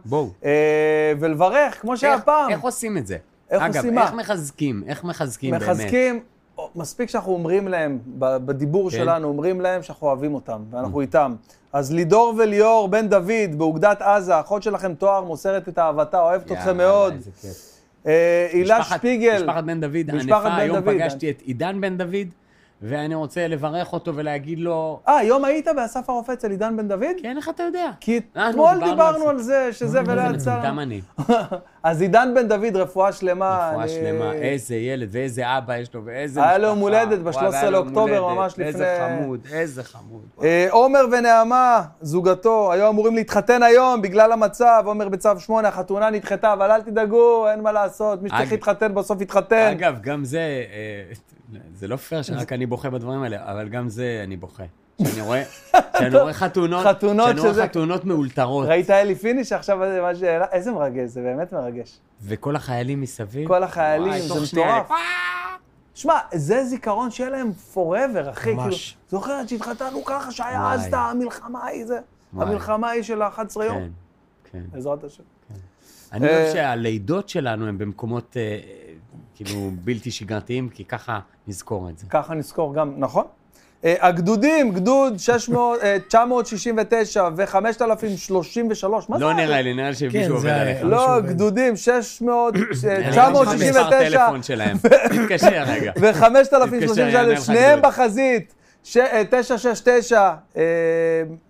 ולברך, כמו שהיה פעם. איך עושים את זה? אגב, איך מחזקים באמת? מחזקים, מספיק שאנחנו אומרים להם, בדיבור שלנו, אומרים להם שאנחנו אוהבים אותם, ואנחנו איתם. אז לידור וליאור, בן דוד, באוגדת עזה, אחות שלכם תואר, מוסרת את אהבתה, אוהבת אתכם מאוד. הילה שפיגל. משפחת בן דוד, ענפה, היום פגשתי את עידן בן דוד, ואני רוצה לברך אותו ולהגיד לו... היום היית באסף הרופא אצל עידן בן דוד? כן, איך אתה יודע? כי אתמול דיברנו על זה, שזה ולא יצא. גם אני. אז עידן בן דוד, רפואה שלמה. רפואה שלמה, איזה ילד ואיזה אבא יש לו ואיזה משפחה. היה לו מולדת ב-13 לאוקטובר, ממש לפני... איזה חמוד. עומר ונעמה, זוגתו, היו אמורים להתחתן היום בגלל המצב, עומר בצו 8, החתונה נדחתה, אבל אל תדאגו, אין מה לעשות, מי שצריך להתחתן בסוף יתחתן. אגב, גם זה לא פייר שרק אני בוכה בדברים האלה, אבל גם זה אני בוכה. שאני רואה חתונות מאולתרות. ראית אלי פיניש עכשיו, איזה מרגש, זה באמת מרגש. וכל החיילים מסביב. כל החיילים, זה מטורף. שמע, זה זיכרון שיהיה להם forever, אחי. ממש. זוכרת שהתחתנו ככה שהיה אז את המלחמה ההיא זה. המלחמה ההיא של 11 יום. כן. בעזרת השם. אני חושב שהלידות שלנו הם במקומות כאילו בלתי שגרתיים, כי ככה נזכור את זה. ככה נזכור גם, נכון? הגדודים, גדוד 969 ו-5033, מה זה? לא נראה לי, נראה לי שמישהו עובד עליך. לא, גדודים 969 טלפון שלהם, תתקשר רגע. ו-5033, שניהם בחזית, 969,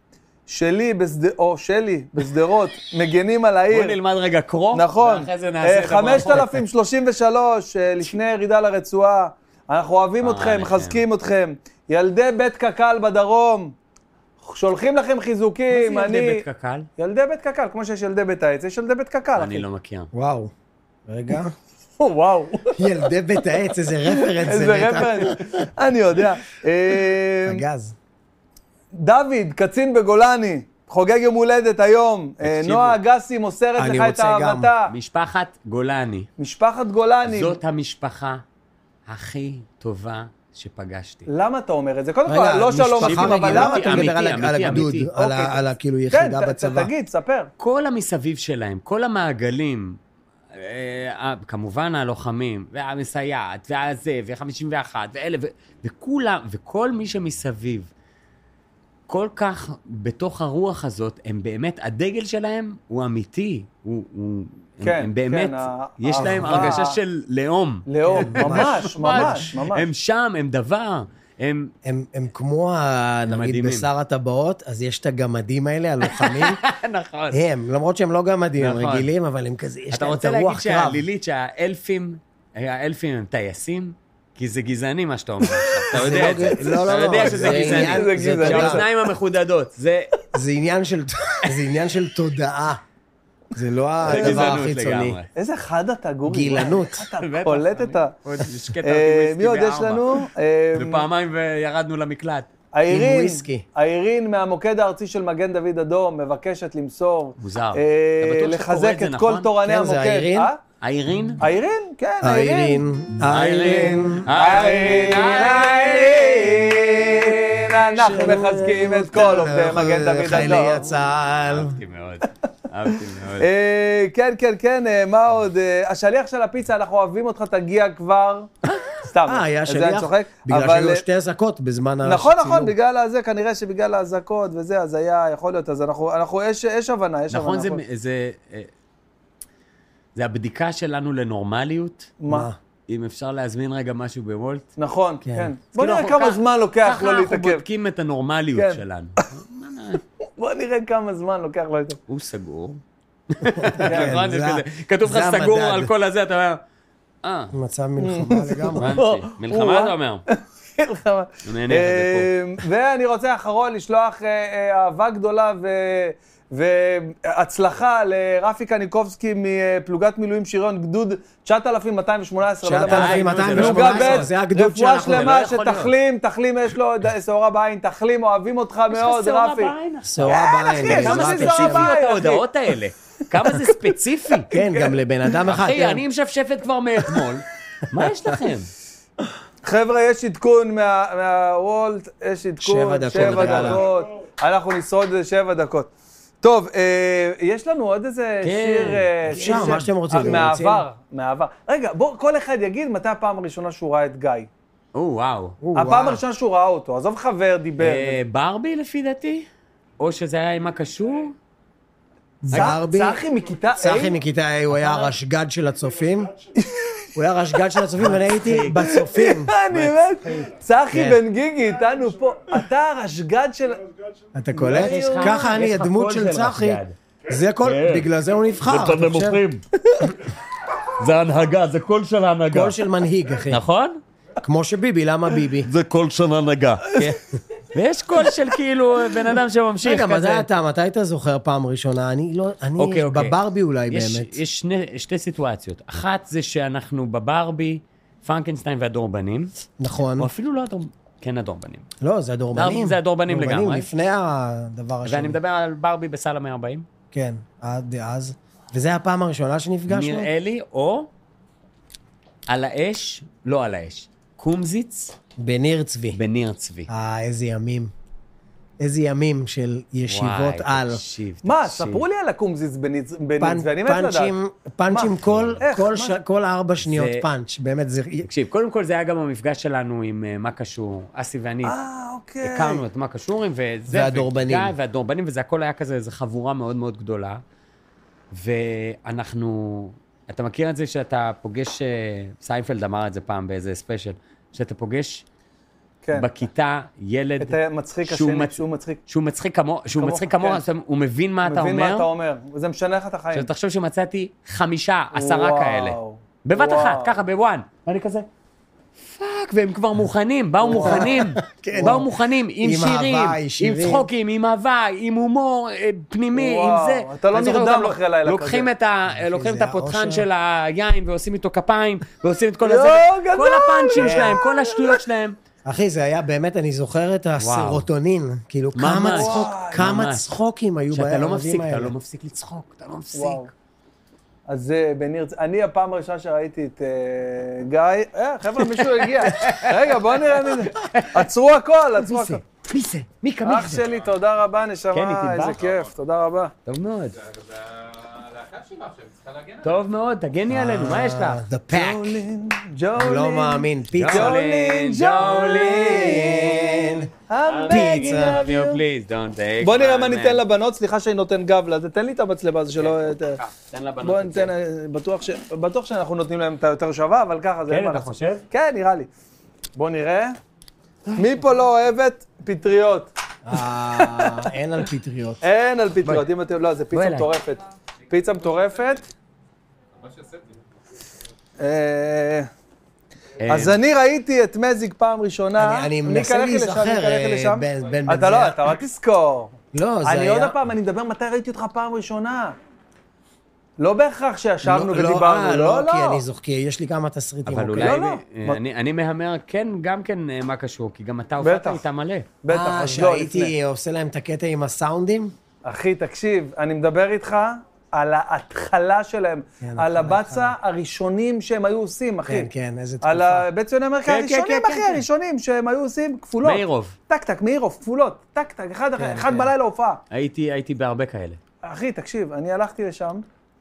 שלי בשדרות, מגנים על העיר. בוא נלמד רגע קרוא, נכון. ואחרי זה נעשה את הברכות. 5033, לפני ירידה לרצועה. אנחנו אוהבים אתכם, מחזקים אתכם. ילדי בית קק"ל בדרום, שולחים לכם חיזוקים. מה זה ילדי בית קק"ל? ילדי בית קק"ל, כמו שיש ילדי בית העץ, יש ילדי בית קק"ל. אני לא מכיר. וואו. רגע. וואו. ילדי בית העץ, איזה רפרנס. איזה רפרנס. אני יודע. הגז. דוד, קצין בגולני, חוגג יום הולדת היום. נועה אגסי מוסרת לך את אהבתה. משפחת גולני. משפחת גולני. זאת המשפחה הכי טובה שפגשתי. למה אתה אומר את זה? קודם כל, לא שלום אחים, אבל למה אתה מדבר על הגדוד, על כאילו יחידה בצבא? כן, תגיד, ספר. כל המסביב שלהם, כל המעגלים, כמובן הלוחמים, והמסייעת, והזה, ו-51, ואלה, וכולם, וכל מי שמסביב, כל כך בתוך הרוח הזאת, הם באמת, הדגל שלהם הוא אמיתי, הם באמת, יש להם הרגשה של לאום. לאום, ממש, ממש, ממש. הם שם, הם דבר. הם כמו, נגיד, בשר הטבעות, אז יש את הגמדים האלה, הלוחמים. נכון. הם, למרות שהם לא גמדים, הם רגילים, אבל הם כזה, יש להם את הרוח קרב. אתה רוצה להגיד שהלילית, שהאלפים הם טייסים? כי זה גזעני מה שאתה אומר. אתה יודע את זה. לא, אתה יודע שזה גזעני. שהאוזניים המחודדות. זה עניין של תודעה. זה לא הדבר החיצוני. איזה חד אתה, גורי. גילנות. אתה קולט את ה... מי עוד יש לנו? ופעמיים וירדנו למקלט. האירין מהמוקד הארצי של מגן דוד אדום מבקשת למסור. מוזר. לחזק את כל תורני המוקד. כן, זה האירין? האירין? האירין, כן, האירין. האירין. אנחנו מחזקים את כל עובדי מגן דוד אדום. חיילי הצה"ל. אהבתי מאוד. אהבתי מאוד. כן, כן, כן, מה עוד? השליח של הפיצה, אנחנו אוהבים אותך, תגיע כבר. סתם. היה שליח? בגלל שהיו 2 אזעקות בזמן הצילום. נכון, נכון, בגלל הזה, כנראה שבגלל האזעקות וזה, אז היה, יכול להיות, אז אנחנו, יש הבנה, יש הבנה. נכון, זה הבדיקה שלנו לנורמליות. מה? אם אפשר להזמין רגע משהו בוולט. נכון, כן. בוא נראה כמה זמן לוקח לא להתעכב. ככה אנחנו בודקים את הנורמליות שלנו. בוא נראה כמה זמן לוקח לא להתעכב. הוא סגור. כתוב לך סגור על כל הזה, אתה אומר, מצב מלחמה לגמרי. מלחמה אתה אומר. מלחמה. ואני רוצה אחרון לשלוח אהבה גדולה והצלחה לרפי קניקובסקי מפלוגת מילואים שריון גדוד 9218. 9218, זה הגדוד שאנחנו... רפואה שלמה שתחלים, יש לו שעורה בעין, תחלים, אוהבים אותך מאוד, רפי. שעורה בעין. כמה זה ספציפיות ההודעות האלה? כמה זה ספציפי? כן, גם לבן אדם אחד. אחי, אני משפשפת כבר מאתמול. מה יש לכם? חבר'ה, יש עדכון מהוולט, יש עדכון, 7 דקות. אנחנו נשרוד 7 דקות. טוב, יש לנו עוד איזה שיר... אפשר, מה שאתם רוצים. מהעבר. רגע, בוא, כל אחד יגיד מתי הפעם הראשונה שהוא ראה את גיא. וואו. הפעם הראשונה שהוא ראה אותו, עזוב חבר, דיבר. ברבי לפי דעתי? או שזה היה עם הקשור? צחי מכיתה A? צחי מכיתה A, הוא היה הרשג"ד של הצופים. הוא היה רשג"ד של הצופים, ואני הייתי בצופים. אני באמת, צחי בן גיגי איתנו פה. אתה הרשג"ד של... אתה קולט? ככה אני הדמות של צחי. זה כל, בגלל זה הוא נבחר. זה נמוכים. זה הנהגה, זה קול של ההנהגה. קול של מנהיג, אחי. נכון? כמו שביבי, למה ביבי? זה קול של הנהגה. ויש קול של כאילו בן אדם שממשיך כזה. רגע, מתי אתה זוכר פעם ראשונה? אני בברבי אולי באמת. יש שתי סיטואציות. אחת זה שאנחנו בברבי, פרנקנשטיין והדורבנים. נכון. או אפילו לא הדורבנים. כן, הדורבנים. לא, זה הדורבנים. זה הדורבנים לגמרי. לפני הדבר השני. ואני מדבר על ברבי בסל 140. כן, עד אז. וזה הפעם הראשונה שנפגשנו? נראה לי, או על האש, לא על האש. קומזיץ. בניר צבי. בניר צבי. איזה ימים. איזה ימים של ישיבות על. מה, ספרו לי על הקומזיץ בניר צבי, ואני מת לדעת. פאנצ'ים כל 4 שניות פאנץ', באמת זה... תקשיב, קודם כל זה היה גם המפגש שלנו עם מה קשור, אסי ואני. אוקיי. הכרנו את מה קשורים, והדורבנים, וזה הכל היה כזה, זו חבורה מאוד מאוד גדולה. ואנחנו... אתה מכיר את זה שאתה פוגש, סיינפלד אמר את זה פעם באיזה ספיישל, שאתה פוגש בכיתה ילד... את המצחיק השני, שהוא מצחיק כמוהו, הוא מבין מה אתה אומר. מבין מה אתה אומר, וזה משנה לך את החיים. עכשיו תחשוב שמצאתי 5, 10 כאלה. בבת אחת, ככה, בוואן. ואני כזה, פאק, והם כבר מוכנים, באו מוכנים, עם שירים, עם צחוקים, עם אהבה, עם הומור פנימי, עם זה. אתה לא נרדם אחרי לילה כזה. לוקחים את הפותחן של היין ועושים איתו כפיים, ועושים את כל הזה, כל הפאנצ'ים שלהם, כל השטויות שלהם. אחי, זה היה באמת, אני זוכר את הסרוטונין, כאילו כמה צחוקים היו בערבים האלה. אתה לא מפסיק לצחוק, אתה לא מפסיק. אז בניר, אני הפעם הראשונה שראיתי את גיא, חבר'ה, מישהו הגיע. רגע, בוא נראה מי זה. עצרו הכל. מי זה? מי כמי זה? אח שלי, תודה רבה, נשמה, איזה כיף, תודה רבה. טוב מאוד. טוב מאוד, תגני עלינו, מה יש לך? The Pack. לא מאמין, פיצה. ג'ולין. פיצה. בוא נראה מה ניתן לבנות, סליחה שאני נותן גב לזה, תן לי את המצלבה הזו שלא... תן לבנות. בוא ניתן, בטוח שאנחנו נותנים להם את היותר שווה, אבל ככה זה... כן, אתה חושב? כן, נראה לי. בוא נראה. מי פה לא אוהבת פטריות? אין על פטריות. אין על פטריות, אם אתם... לא, זה פיצה מטורפת. פיצה מטורפת. אז אני ראיתי את מזיג פעם ראשונה. אני מנסה להיזכר בין אתה לא, אתה רק תזכור. לא, זה היה... אני עוד הפעם, אני מדבר מתי ראיתי אותך פעם ראשונה. לא בהכרח שישבנו ודיברנו, לא. כי אני זוכר, כי יש לי כמה תסריטים. אבל אולי, אני מהמר כן, גם כן מה קשור, כי גם אתה הופעת איתה מלא. בטח, שהייתי עושה להם את הקטע עם הסאונדים? אחי, תקשיב, אני מדבר איתך על ההתחלה שלהם, על הבצע הראשונים שהם היו עושים, אחי. כן, כן, איזה תקופה. על הבית-ציוני אמריקה הראשונים, אחי, הראשונים שהם היו עושים כפולות. מאירוב. טק, מאירוב, כפולות, טק, אחד בלילה הופעה. הייתי בהרבה כאלה. אחי, תקשיב, אני הלכתי לשם,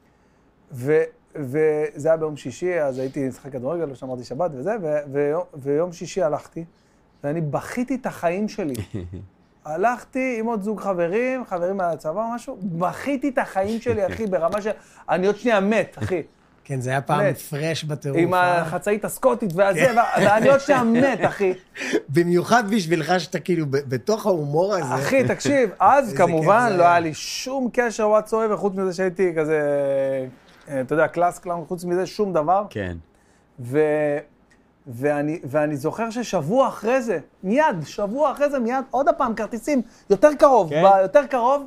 וזה היה ביום שישי, אז הייתי משחק כדורגל, לא שמרתי שבת וזה, ויום שישי הלכתי, ואני בכיתי את החיים שלי. הלכתי עם עוד זוג חברים מהצבא או משהו, בכיתי את החיים שלי, אחי, ברמה אני עוד שנייה מת, אחי. כן, זה היה פעם פרש בטירוף. עם החצאית הסקוטית והזה, ואני עוד שנייה מת, אחי. במיוחד בשבילך שאתה כאילו בתוך ההומור הזה. אחי, תקשיב, אז כמובן לא היה לי שום קשר whatsoever, חוץ מזה שהייתי כזה, אתה יודע, קלאס קלאם, חוץ מזה שום דבר. כן. ואני זוכר ששבוע אחרי זה, מיד, עוד הפעם כרטיסים, יותר קרוב,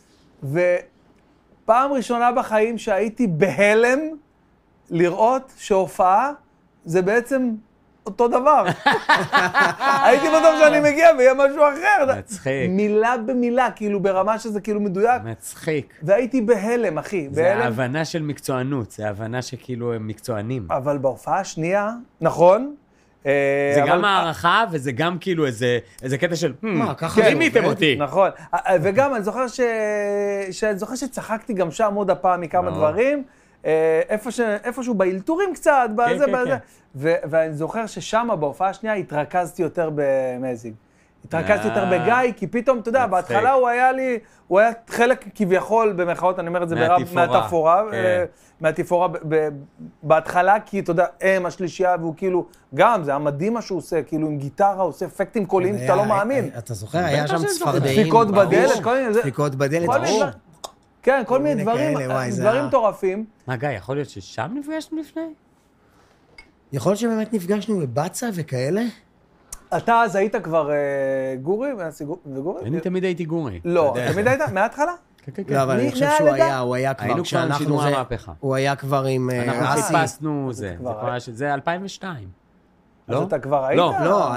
ופעם ראשונה בחיים שהייתי בהלם לראות שהופעה זה בעצם אותו דבר. הייתי בטוח שאני מגיע ויהיה משהו אחר. מצחיק. מילה במילה, כאילו ברמה שזה כאילו מדויק. מצחיק. והייתי בהלם, אחי. זה ההבנה של מקצוענות, זה ההבנה שכאילו הם מקצוענים. אבל בהופעה השנייה, נכון, זה גם הערכה, וזה גם כאילו איזה קטע של, ככה רימיתם אותי. נכון, וגם אני זוכר שצחקתי גם שם עוד הפעם מכמה דברים, איפשהו באלתורים קצת, בזה, ואני זוכר ששם בהופעה השנייה התרכזתי יותר במזיג. התרכזתי יותר בגיא, כי פתאום, אתה יודע, בהתחלה הוא היה חלק כביכול, במרכאות, אני אומר את זה מהתפאורה בהתחלה, כי אתה יודע, השלישייה, והוא כאילו, גם, זה המדהים מה שהוא עושה, כאילו עם גיטרה, עושה אפקטים קוליים, שאתה לא מאמין. אתה זוכר, היה שם צפרדעים. דפיקות בדלת, ברור. כן, כל מיני דברים מטורפים. מה, גיא, יכול להיות ששם נפגשנו לפני? יכול להיות שבאמת נפגשנו בבצע וכאלה? אתה אז היית כבר גורי וגורי? אני תמיד הייתי גורי. לא, תמיד היית? מההתחלה? לא, אבל אני חושב שהוא היה כבר, היינו כבר שידור המהפכה. הוא היה כבר עם אנחנו חיפשנו זה 2002. אז אתה כבר היית? לא,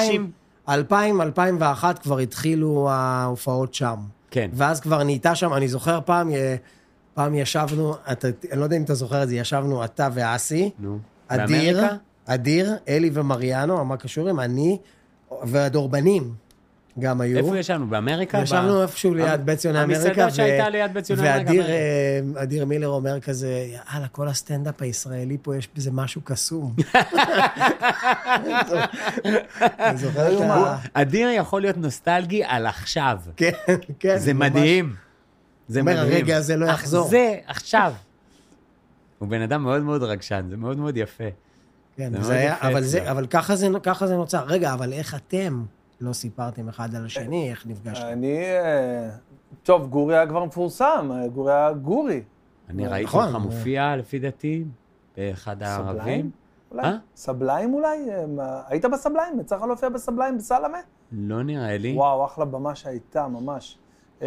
2001 כבר התחילו ההופעות שם. כן. ואז כבר נהייתה שם, אני זוכר פעם ישבנו, אני לא יודע אם אתה זוכר את זה, ישבנו אתה ואסי, אדיר, אלי ומריאנו, מה קשורים, אני והדורבנים גם היו. איפה ישבנו? באמריקה? ישבנו איפשהו ליד בית ציוני אמריקה. המסעדה שהייתה ליד בית ציוני אמריקה. ואדיר מילר אומר כזה, יאללה, כל הסטנדאפ הישראלי פה יש בזה משהו קסום. אני זוכר את אדיר יכול להיות נוסטלגי על עכשיו. כן, כן. זה מדהים. זה מדהים. הרגע הזה לא יחזור. זה עכשיו. הוא בן אדם מאוד מאוד רגשן, זה מאוד מאוד יפה. כן, אבל ככה זה נוצר. רגע, אבל איך אתם לא סיפרתם אחד על השני, איך נפגשתם? טוב, גורי היה כבר מפורסם, גורי היה גורי. אני ראיתי אותך מופיע, לפי דעתי, באחד הערבים. סבליים אולי? היית בסבליים? יצא לך להופיע בסבליים בסלמה? לא נראה לי. וואו, אחלה במה שהייתה, ממש.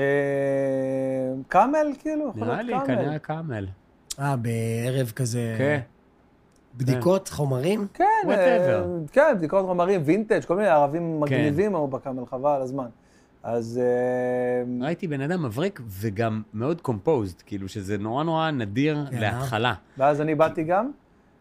קאמל, כאילו? נראה לי, כנראה קאמל. בערב כזה... כן. בדיקות חומרים? כן, כן, בדיקות חומרים, וינטג', כל מיני ערבים מגניבים או בקאמל, חבל על הזמן. אז... ראיתי בן אדם מבריק וגם מאוד קומפוזד, כאילו שזה נורא נורא נדיר להתחלה. ואז אני באתי גם.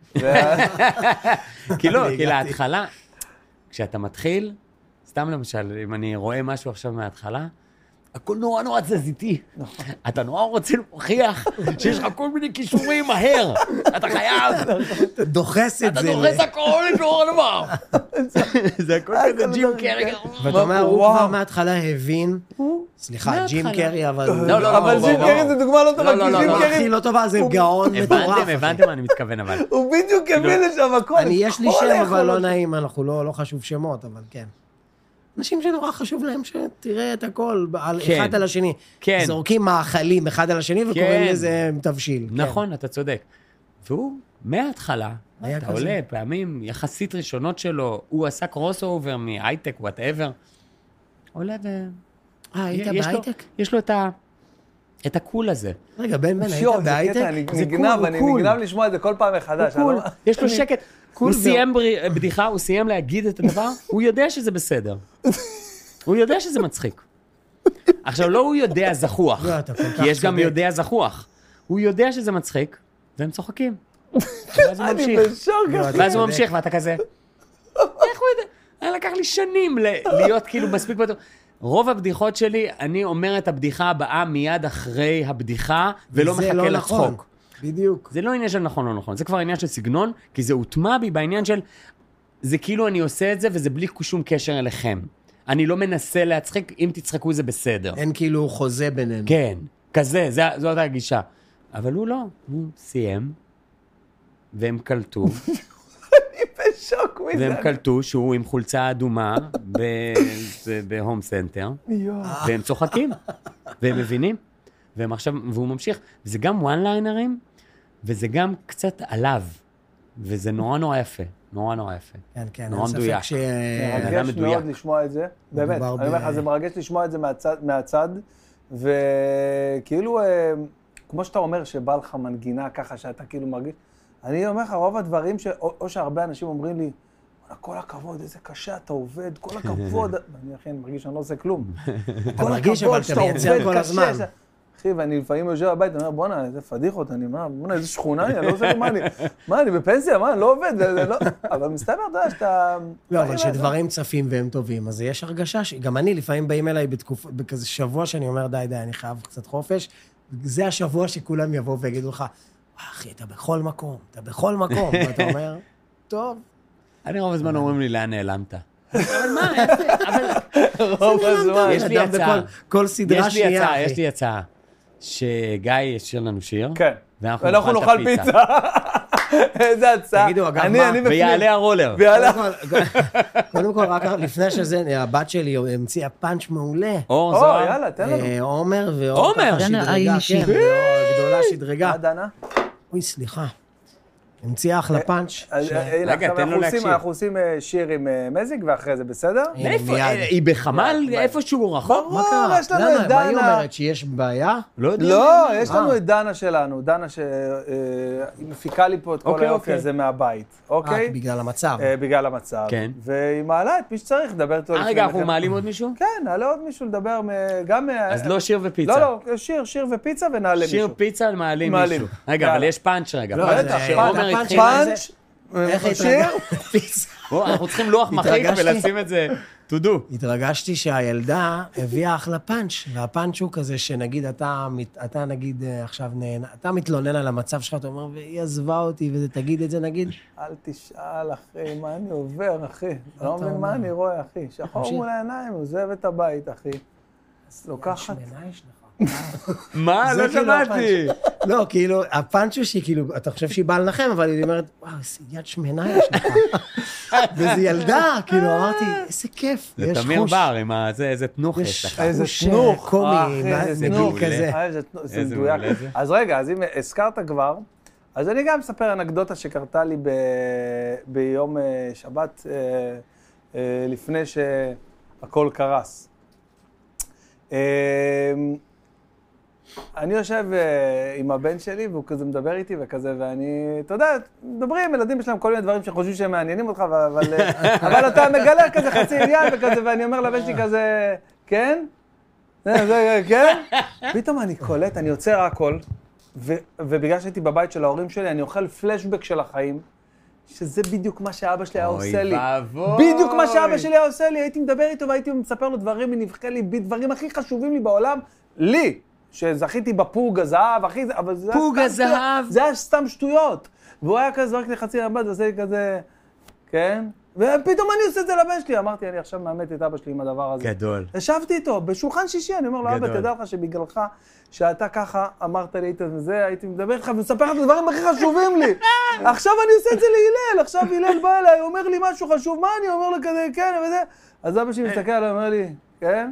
כי לא, כי להתחלה, כשאתה מתחיל, סתם למשל, אם אני רואה משהו עכשיו מההתחלה, הכל נורא נורא תזזיתי. אתה נורא רוצה להוכיח שיש לך כל מיני קישורים מהר. אתה חייב. אתה דוחס את זה. אתה דוחס הכל לנורא דבר. זה הכל כזה ג'ים קרי. ואתה אומר, הוא כבר מההתחלה הבין, סליחה, ג'ים קרי, אבל... לא, אבל ג'ים קרי זה דוגמה לא טובה, כי ג'ים קרי... הכי לא טובה, זה גאון מטורף. הבנתם מה אני מתכוון, אבל... הוא בדיוק הבין לשם הכל. יש לי שם, אבל לא נעים, אנחנו לא חשוב שמות, אבל כן. אנשים שנורא חשוב להם שתראה את הכל אחד על השני. כן. זורקים מאכלים אחד על השני וקוראים לזה תבשיל. נכון, אתה צודק. והוא מההתחלה, אתה עולה פעמים יחסית ראשונות שלו, הוא עשה קרוס אובר מהייטק, וואטאבר. עולה ו... היית בהייטק? יש לו את הקול הזה. רגע, בן, היית בהייטק? אני נגנב לשמוע את זה כל פעם מחדש. יש לו שקט. הוא סיים בדיחה, הוא סיים להגיד את הדבר, הוא יודע שזה בסדר. הוא יודע שזה מצחיק. עכשיו, לא הוא יודע זכוח, כי יש גם יודע זכוח. הוא יודע שזה מצחיק, והם צוחקים. ואז הוא ממשיך. ואז הוא ממשיך, ואתה כזה... איך הוא יודע? לקח לי שנים להיות כאילו מספיק בטוח. רוב הבדיחות שלי, אני אומר את הבדיחה הבאה מיד אחרי הבדיחה, ולא מחכה לצחוק. בדיוק. זה לא עניין של נכון או נכון, זה כבר עניין של סגנון, כי זה הוטמע בי בעניין של, זה כאילו אני עושה את זה, וזה בלי שום קשר אליכם. אני לא מנסה להצחיק, אם תצחקו זה בסדר. אין כאילו חוזה בינינו. כן, כזה, זו אותה הגישה. אבל הוא לא, הוא סיים, והם קלטו. אני בשוק מזה. והם קלטו שהוא עם חולצה אדומה, בהום סנטר, והם צוחקים, והם מבינים. והוא ממשיך, וזה גם וואן ליינרים, וזה גם קצת עליו, וזה נורא נורא יפה, נורא נורא יפה. כן, כן, נורא מדויק. מרגש מאוד לשמוע את זה, באמת, אני אומר לך, זה מרגש לשמוע את זה מהצד, וכאילו, כמו שאתה אומר שבא לך מנגינה ככה שאתה כאילו מרגיש, אני אומר לך, רוב הדברים, או שהרבה אנשים אומרים לי, כל הכבוד, איזה קשה, אתה עובד, כל הכבוד, אני אכן מרגיש שאני לא עושה כלום. אתה מרגיש, אבל אתה מייצר כל הזמן. אחי, ואני לפעמים יושב בבית, אני אומר, בוא'נה, איזה פדיחות, בוא'נה, איזה שכונה, אני לא עושה, מה, אני בפנסיה, מה, אני לא עובד, אבל מסתבר, אתה יודע, שאתה... לא, אבל שדברים צפים והם טובים, אז יש הרגשה, גם אני לפעמים באים אליי בכזה שבוע שאני אומר, די, אני חייב קצת חופש, זה השבוע שכולם יבואו ויגידו לך, אחי, אתה בכל מקום, ואתה אומר, טוב. אני רוב הזמן אומרים לי, לאן נעלמת? אבל מה, רוב הזמן. יש לי הצעה. כל סדרה שנייה. יש לי הצעה. שגיא ישיר לנו שיר. כן. ואנחנו נאכל פיצה. איזה הצעה. תגידו, אגב, מה? ויעלה הרולר. קודם כל, רק לפני שזה, הבת שלי המציאה פאנץ' מעולה. יאללה, תן לנו. עומר ואור ככה שדרגה. כן, גדולה שדרגה. מה, דנה? אוי, סליחה. המציאה אחלה פאנץ'. רגע, תן לו להקשיב. אנחנו עושים שיר עם מזיק ואחרי זה, בסדר? היא בחמ"ל איפשהו רחוק? מה קרה? יש לנו את דנה. מה היא אומרת? שיש בעיה? לא, יש לנו את דנה שלנו. דנה שהיא מפיקה לי פה את כל היופי הזה מהבית. אוקיי? בגלל המצב. בגלל המצב. כן. והיא מעלה את מי שצריך לדבר איתו. רגע, אנחנו מעלים עוד מישהו? כן, נעלה עוד מישהו לדבר גם... אז לא שיר ופיצה. לא, שיר ופיצה ונעלה מישהו. שיר פיצה מעלים מישהו. רגע, אבל יש פאנץ' רגע. פאנץ', שיר? אנחנו צריכים לוח מחיק ולשים את זה to do. התרגשתי שהילדה הביאה אחלה פאנץ', והפאנץ' הוא כזה שנגיד אתה נגיד עכשיו נהנה, אתה מתלונן על המצב שלך, אתה אומר, והיא עזבה אותי, ותגיד את זה נגיד. אל תשאל, אחי, מה אני עובר, אחי? לא מבין מה אני רואה, אחי. שחור מול העיניים, עוזב את הבית, אחי. אז לוקחת... שמנה יש לך. מה? לא שמעתי. לא, כאילו, הפאנץ' הוא שהיא, כאילו, אתה חושב שהיא באה לנחם, אבל היא אומרת, וואו, איזה יד שמנה יש לך. וזה ילדה, כאילו, אמרתי, איזה כיף. זה תמיר בר, עם איזה תנוך יש לך. איזה תנוך. קומי, נגיד כזה. איזה מדויק. אז רגע, אז אם הזכרת כבר, אז אני גם אספר אנקדוטה שקרתה לי ביום שבת, לפני שהכל קרס. אני יושב עם הבן שלי, והוא כזה מדבר איתי וכזה, ואני, אתה יודע, מדברים, ילדים שלהם כל מיני דברים שחושבים שהם מעניינים אותך, אבל אתה מגלה כזה חצי עניין וכזה, ואני אומר לבן שלי כזה, כן? כן? פתאום אני קולט, אני עוצר הכל, ובגלל שהייתי בבית של ההורים שלי, אני אוכל פלשבק של החיים, שזה בדיוק מה שאבא שלי היה עושה לי. בדיוק מה שאבא שלי היה עושה לי, הייתי מדבר איתו והייתי מספר לו דברים מנבחי לי, דברים הכי חשובים לי בעולם, לי, שזכיתי בפוג הזהב, אחי, אבל זה פוג הזהב. זה היה סתם שטויות. והוא היה כזה זורק לי חצי מבט ועושה לי כזה, כן? ופתאום אני עושה את זה לבן שלי, אמרתי, אני עכשיו מאמת את אבא שלי עם הדבר הזה. גדול. ישבתי איתו, בשולחן שישי, אני אומר לו, אבא, תדע לך שבגללך, שאתה ככה אמרת לי את זה, הייתי מדבר איתך ומספר לך את הדברים הכי חשובים לי. עכשיו אני עושה את זה להילל, עכשיו הלל בא אליי, אומר לי משהו חשוב, מה אני אומר לו כזה, כן, וזה. אז אבא שלי מסתכל עליי, אומר לי, כן?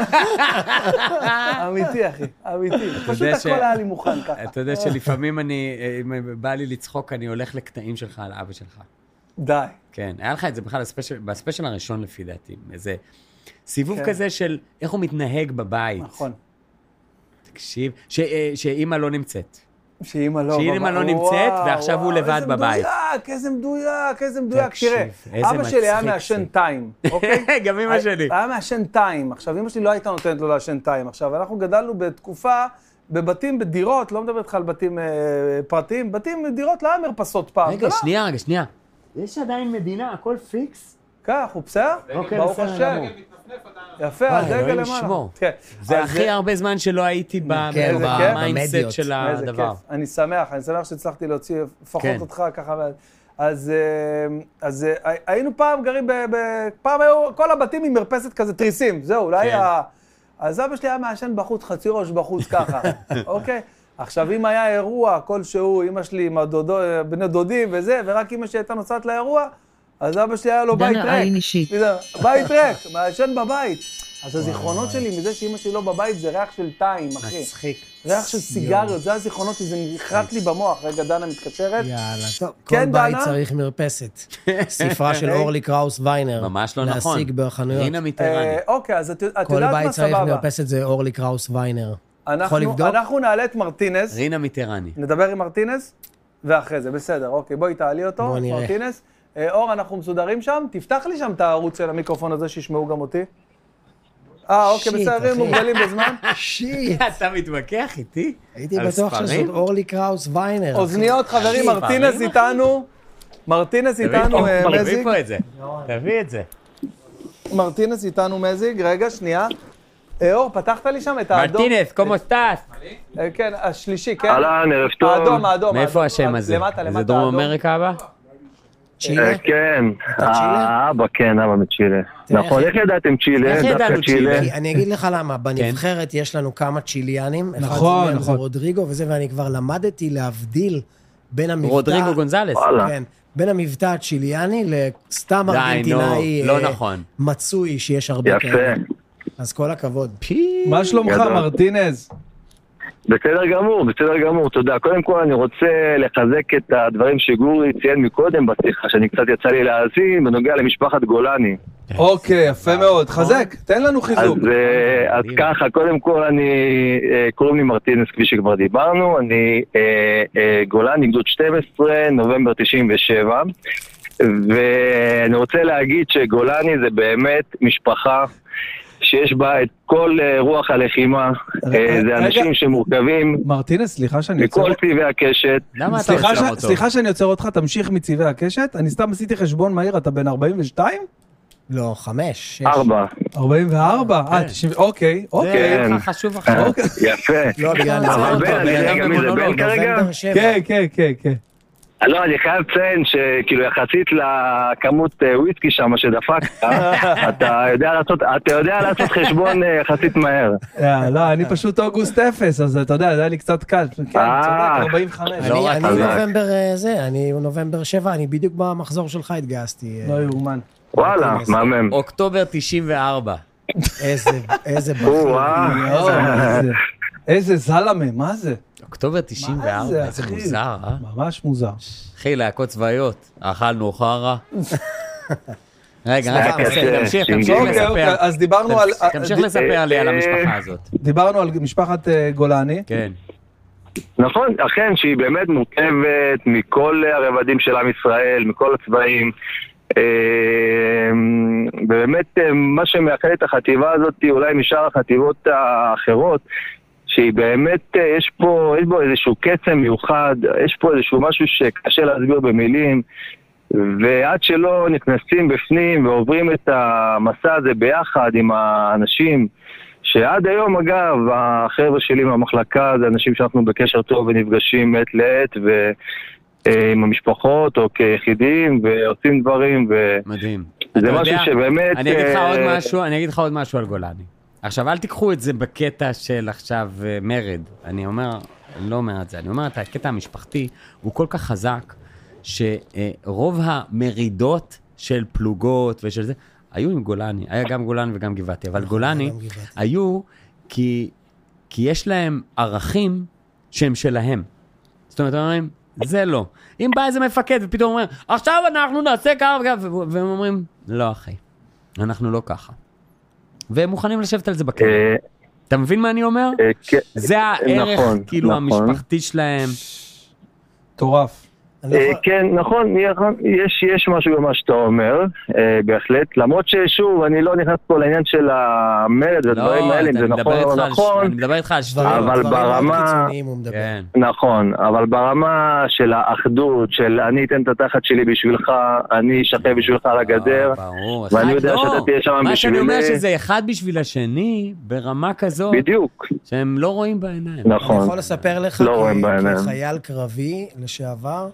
אמיתי, אחי, אמיתי. פשוט הכל היה לי מוכן ככה. אתה יודע שלפעמים בא לי לצחוק, אני הולך לקטעים שלך על אבא שלך. די. כן, היה לך את זה בכלל בספיישל הראשון לפי דעתי, איזה סיבוב כזה של איך הוא מתנהג בבית. נכון. תקשיב, שאמא לא נמצאת. שאמא לא נמצאת, ועכשיו הוא לבד בבית. איזה מדויק. תראה, אבא שלי היה מעשן טיים, אוקיי? גם אמא שלי. היה מעשן טיים. עכשיו, אמא שלי לא הייתה נותנת לו לעשן טיים. עכשיו, אנחנו גדלנו בתקופה, בבתים, בדירות, לא מדבר איתך על בתים פרטיים, בתים, דירות, לא היה מרפסות פעם. רגע, שנייה. יש עדיין מדינה, הכל פיקס? כך, הוא בסדר? ברוך השם. יפה, הדגל למעלה. זה הכי הרבה זמן שלא הייתי במיינדסט של הדבר. אני שמח שהצלחתי להוציא לפחות אותך ככה. אז היינו פעם גרים, פעם היו כל הבתים עם מרפסת כזה תריסים, זהו, אולי אז אבא שלי היה מעשן בחוץ, חצי ראש בחוץ ככה, אוקיי? עכשיו, אם היה אירוע כלשהו, אמא שלי עם בני דודים וזה, ורק אמא שלי הייתה נוסעת לאירוע, אז אבא שלי היה לו בית ריק. בית ריק, מעשן בבית. אז הזיכרונות שלי מזה שאמא שלי לא בבית זה ריח של טיים, אחי. מצחיק. ריח של סיגריות, זה הזיכרונות, זה נחרט לי במוח. רגע, דנה מתקשרת. יאללה, טוב. כל בית צריך מרפסת. ספרה של אורלי קראוס ויינר. ממש לא נכון. להשיג בחנויות. רינה מיטרני. אוקיי, אז את יודעת מה כל בית צריך סבבה. מרפסת זה אורלי קראוס ויינר. אנחנו נעלה את מרטינס. רינה מיטרני. נדבר עם מרטינס, ואחרי זה, בסדר, אוקיי, בואי תעלי אותו, מרטינס. אור, אנחנו מסודרים שם, תפתח לי שם את הערוץ של המיקרופון הזה, שישמעו גם אותי. אוקיי, בסדר, מוגבלים בזמן. שיט. אתה מתווכח איתי? הייתי בטוח שזאת אורלי קראוס ויינר. אוזניות, חברים, מרטינס איתנו. מרטינס איתנו מזיג. תביא את זה. מרטינס איתנו מזיג, רגע, שנייה. אור, פתחת לי שם את האדום. מרטינס, כמו סטאס. כן, השלישי, כן? אהלן, ערב טוב. האדום. מאיפה השם הזה? זה דרום אמריקה הבא? צ'ילה? כן, אבא מצ'ילה. נכון, איך ידעתם צ'ילה? איך ידענו צ'ילה? אני אגיד לך למה, בנבחרת יש לנו כמה צ'יליאנים. נכון. אחד זה רודריגו וזה, ואני כבר למדתי להבדיל בין המבטא... רודריגו גונזלס. כן, בין המבטא הצ'יליאני לסתם ארגנטינאי מצוי שיש הרבה כאלה. אז כל הכבוד. מה שלומך, מרטינז? בסדר גמור, תודה. קודם כל אני רוצה לחזק את הדברים שגורי ציין מקודם בשיחה, שאני קצת יצא לי להאזין, בנוגע למשפחת גולני. אוקיי, יפה מאוד. חזק, תן לנו חיזוק. אז ככה, קודם כל קוראים לי מרטינס, כפי שכבר דיברנו, אני גולני, גדוד 12, נובמבר 97, ואני רוצה להגיד שגולני זה באמת משפחה, שיש בה את כל רוח הלחימה, זה אנשים שמורכבים מרטינס, סליחה שאני יוצר מכל צבעי הקשת. סליחה שאני יוצר אותך, תמשיך מצבעי הקשת. אני סתם עשיתי חשבון מהיר, אתה בן 42? לא, 5, 6. 4. 44? אוקיי. זה חשוב עכשיו. יפה. לא, בגלל אבל בן, אני רגע מי זה בן כרגע? כן. לא, אני חייב לציין שכאילו יחסית לכמות וויסקי שם שדפקת, אתה יודע לעשות חשבון יחסית מהר. לא, אני פשוט אוגוסט 0, אז אתה יודע, זה היה לי קצת קל. כן, צודק, 45. אני נובמבר 7, אני בדיוק במחזור שלך התגייסתי. לא יאומן. וואלה, מהמם. אוקטובר 94. איזה בחור. איזה זלמה, מה זה? אוקטובר 94, איזה מוזר, אה? ממש מוזר. אחי, להקות צבאיות, אכלנו חרא. רגע, תמשיך לספר. אז דיברנו על... תמשיך לספר לי על המשפחה הזאת. דיברנו על משפחת גולני. כן. נכון, אכן שהיא באמת מורכבת מכל הרבדים של עם ישראל, מכל הצבעים. באמת מה שמאחד את החטיבה הזאת אולי משאר החטיבות האחרות, שהיא באמת, יש בו איזשהו קצם מיוחד, יש פה איזשהו משהו שקשה להסביר במילים, ועד שלא נכנסים בפנים ועוברים את המסע הזה ביחד עם האנשים, שעד היום אגב, החבר'ה שלי מהמחלקה זה אנשים שאנחנו בקשר טוב ונפגשים מעת לעת ועם המשפחות או כיחידים ועושים דברים מדהים. זה משהו שבאמת... אני אגיד לך עוד משהו על גולני. עכשיו, אל תיקחו את זה בקטע של עכשיו מרד. אני לא אומר את זה, אני אומר את הקטע המשפחתי, הוא כל כך חזק, שרוב המרידות של פלוגות ושל זה, היו עם גולני, היה גם גולני וגם גבעתי, אבל גולני היו כי יש להם ערכים שהם שלהם. זאת אומרת, הם אומרים, זה לא. אם בא איזה מפקד ופתאום אומרים, עכשיו אנחנו נעשה ככה, והם אומרים, לא אחי, אנחנו לא ככה. והם מוכנים לשבת על זה בכלל. אתה מבין מה אני אומר? זה הערך, כאילו, המשפחתי שלהם. טורף. כן, נכון, יש משהו במה שאתה אומר, בהחלט, למרות ששוב, אני לא נכנס פה לעניין של המרד ודברים האלה, זה נכון או נכון, אני מדבר איתך על שטויות, אבל ברמה, נכון, אבל ברמה של האחדות, של אני אתן את התחת שלי בשבילך, אני אשחק בשבילך על הגדר, ואני יודע שאתה תהיה שם בשבילי. מה שאני אומר שזה אחד בשביל השני, ברמה כזאת, בדיוק, שהם לא רואים בעיניים. נכון, אני יכול לספר לך, כחייל קרבי לשעבר,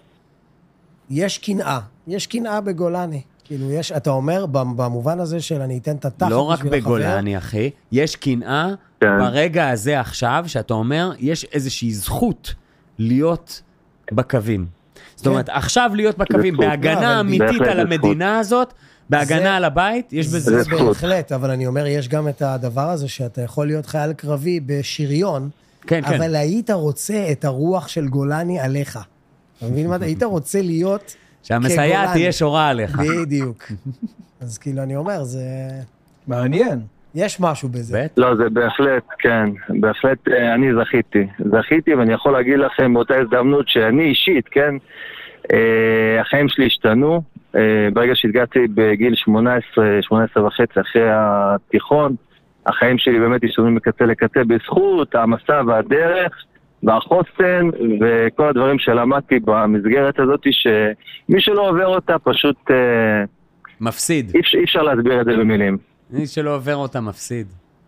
יש קנאה בגולני. כאילו אתה אומר במובן הזה של אני אתן את התחת לא רק בגולני, אחי. יש קנאה ברגע הזה עכשיו, שאתה אומר, יש איזושהי זכות להיות בקווים. זאת אומרת, עכשיו להיות בקווים, בהגנה אמיתית על המדינה הזאת, בהגנה על הבית, יש בזה זכות. בהחלט, אבל אני אומר, יש גם את הדבר הזה, שאתה יכול להיות חייל קרבי בשריון, אבל היית רוצה את הרוח של גולני עליך. אתה מבין מה? היית רוצה להיות שהמסייע תהיה שורה עליך. בדיוק. אז כאילו אני אומר, זה... מעניין. יש משהו בזה. לא, זה בהחלט, כן. בהחלט אני זכיתי, ואני יכול להגיד לכם באותה הזדמנות שאני אישית, כן, החיים שלי השתנו. ברגע שהתגעתי בגיל 18 וחצי אחרי התיכון, החיים שלי באמת השתנו מקצה לקצה בזכות המסע והדרך, והחוסן וכל הדברים שלמדתי במסגרת הזאת, שמי שלא עובר אותה פשוט... מפסיד. אי אפשר להסביר את זה במילים. מי שלא עובר אותה מפסיד.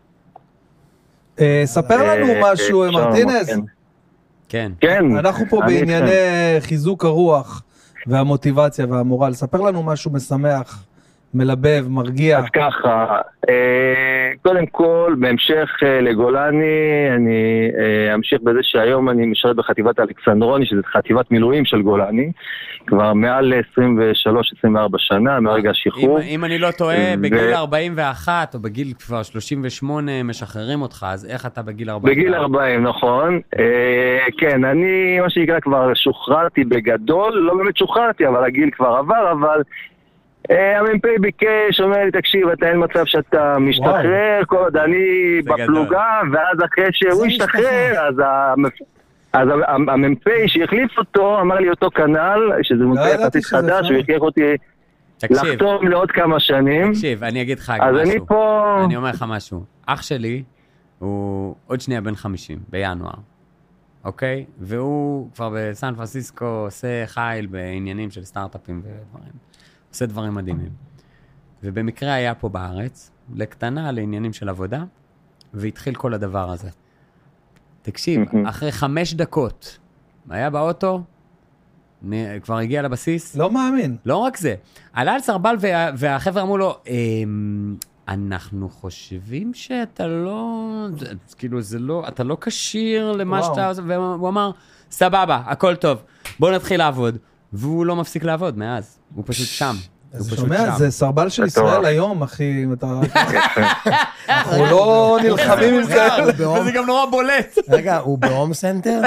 ספר לנו משהו, מרטינז. כן. אנחנו פה בענייני חיזוק הרוח והמוטיבציה והמורל. ספר לנו משהו משמח, מלבב, מרגיע. אז ככה, קודם כל, בהמשך לגולני, אני אמשיך בזה שהיום אני משרת בחטיבת אלכסנדרוני, שזו חטיבת מילואים של גולני, כבר מעל 23-24 שנה, מרגע השחרור. אם אני לא טועה, בגיל 41 או בגיל כבר 38 משחררים אותך, אז איך אתה בגיל 40? בגיל 40, נכון. כן, אני, מה שנקרא, כבר שוחררתי בגדול, לא באמת שוחררתי, אבל הגיל כבר עבר, אבל... המ"פ ביקש, אומר לי, תקשיב, אתה אין מצב שאתה משתחרר, כל עוד אני בפלוגה, ואז אחרי שהוא ישתחרר, אז המ"פ שהחליף אותו, אמר לי אותו כנ"ל, שזה מוצא יחסית חדש, הוא הכריח אותי לחתום לעוד כמה שנים. תקשיב, אני אגיד לך משהו. אני אומר לך משהו. אח שלי הוא עוד שנייה בן 50, בינואר. אוקיי? והוא כבר בסן פרנסיסקו עושה חייל בעניינים של סטארט-אפים ודברים. עושה דברים מדהימים. ובמקרה היה פה בארץ, לקטנה לעניינים של עבודה, והתחיל כל הדבר הזה. תקשיב, אחרי 5 דקות, היה באוטו, כבר הגיע לבסיס. לא מאמין. לא רק זה. עלה על סרבל והחבר'ה אמרו לו, אנחנו חושבים שאתה לא, כאילו זה לא, אתה לא קשיר למה שאתה, והוא אמר, סבבה, הכל טוב, בוא נתחיל לעבוד. והוא לא מפסיק לעבוד מאז, הוא פשוט שם. אז שומע, זה סרבל של ישראל היום, אחי, אם אתה... אנחנו לא נלחמים עם כאלה. וזה גם נורא בולט. רגע, הוא בהום סנטר?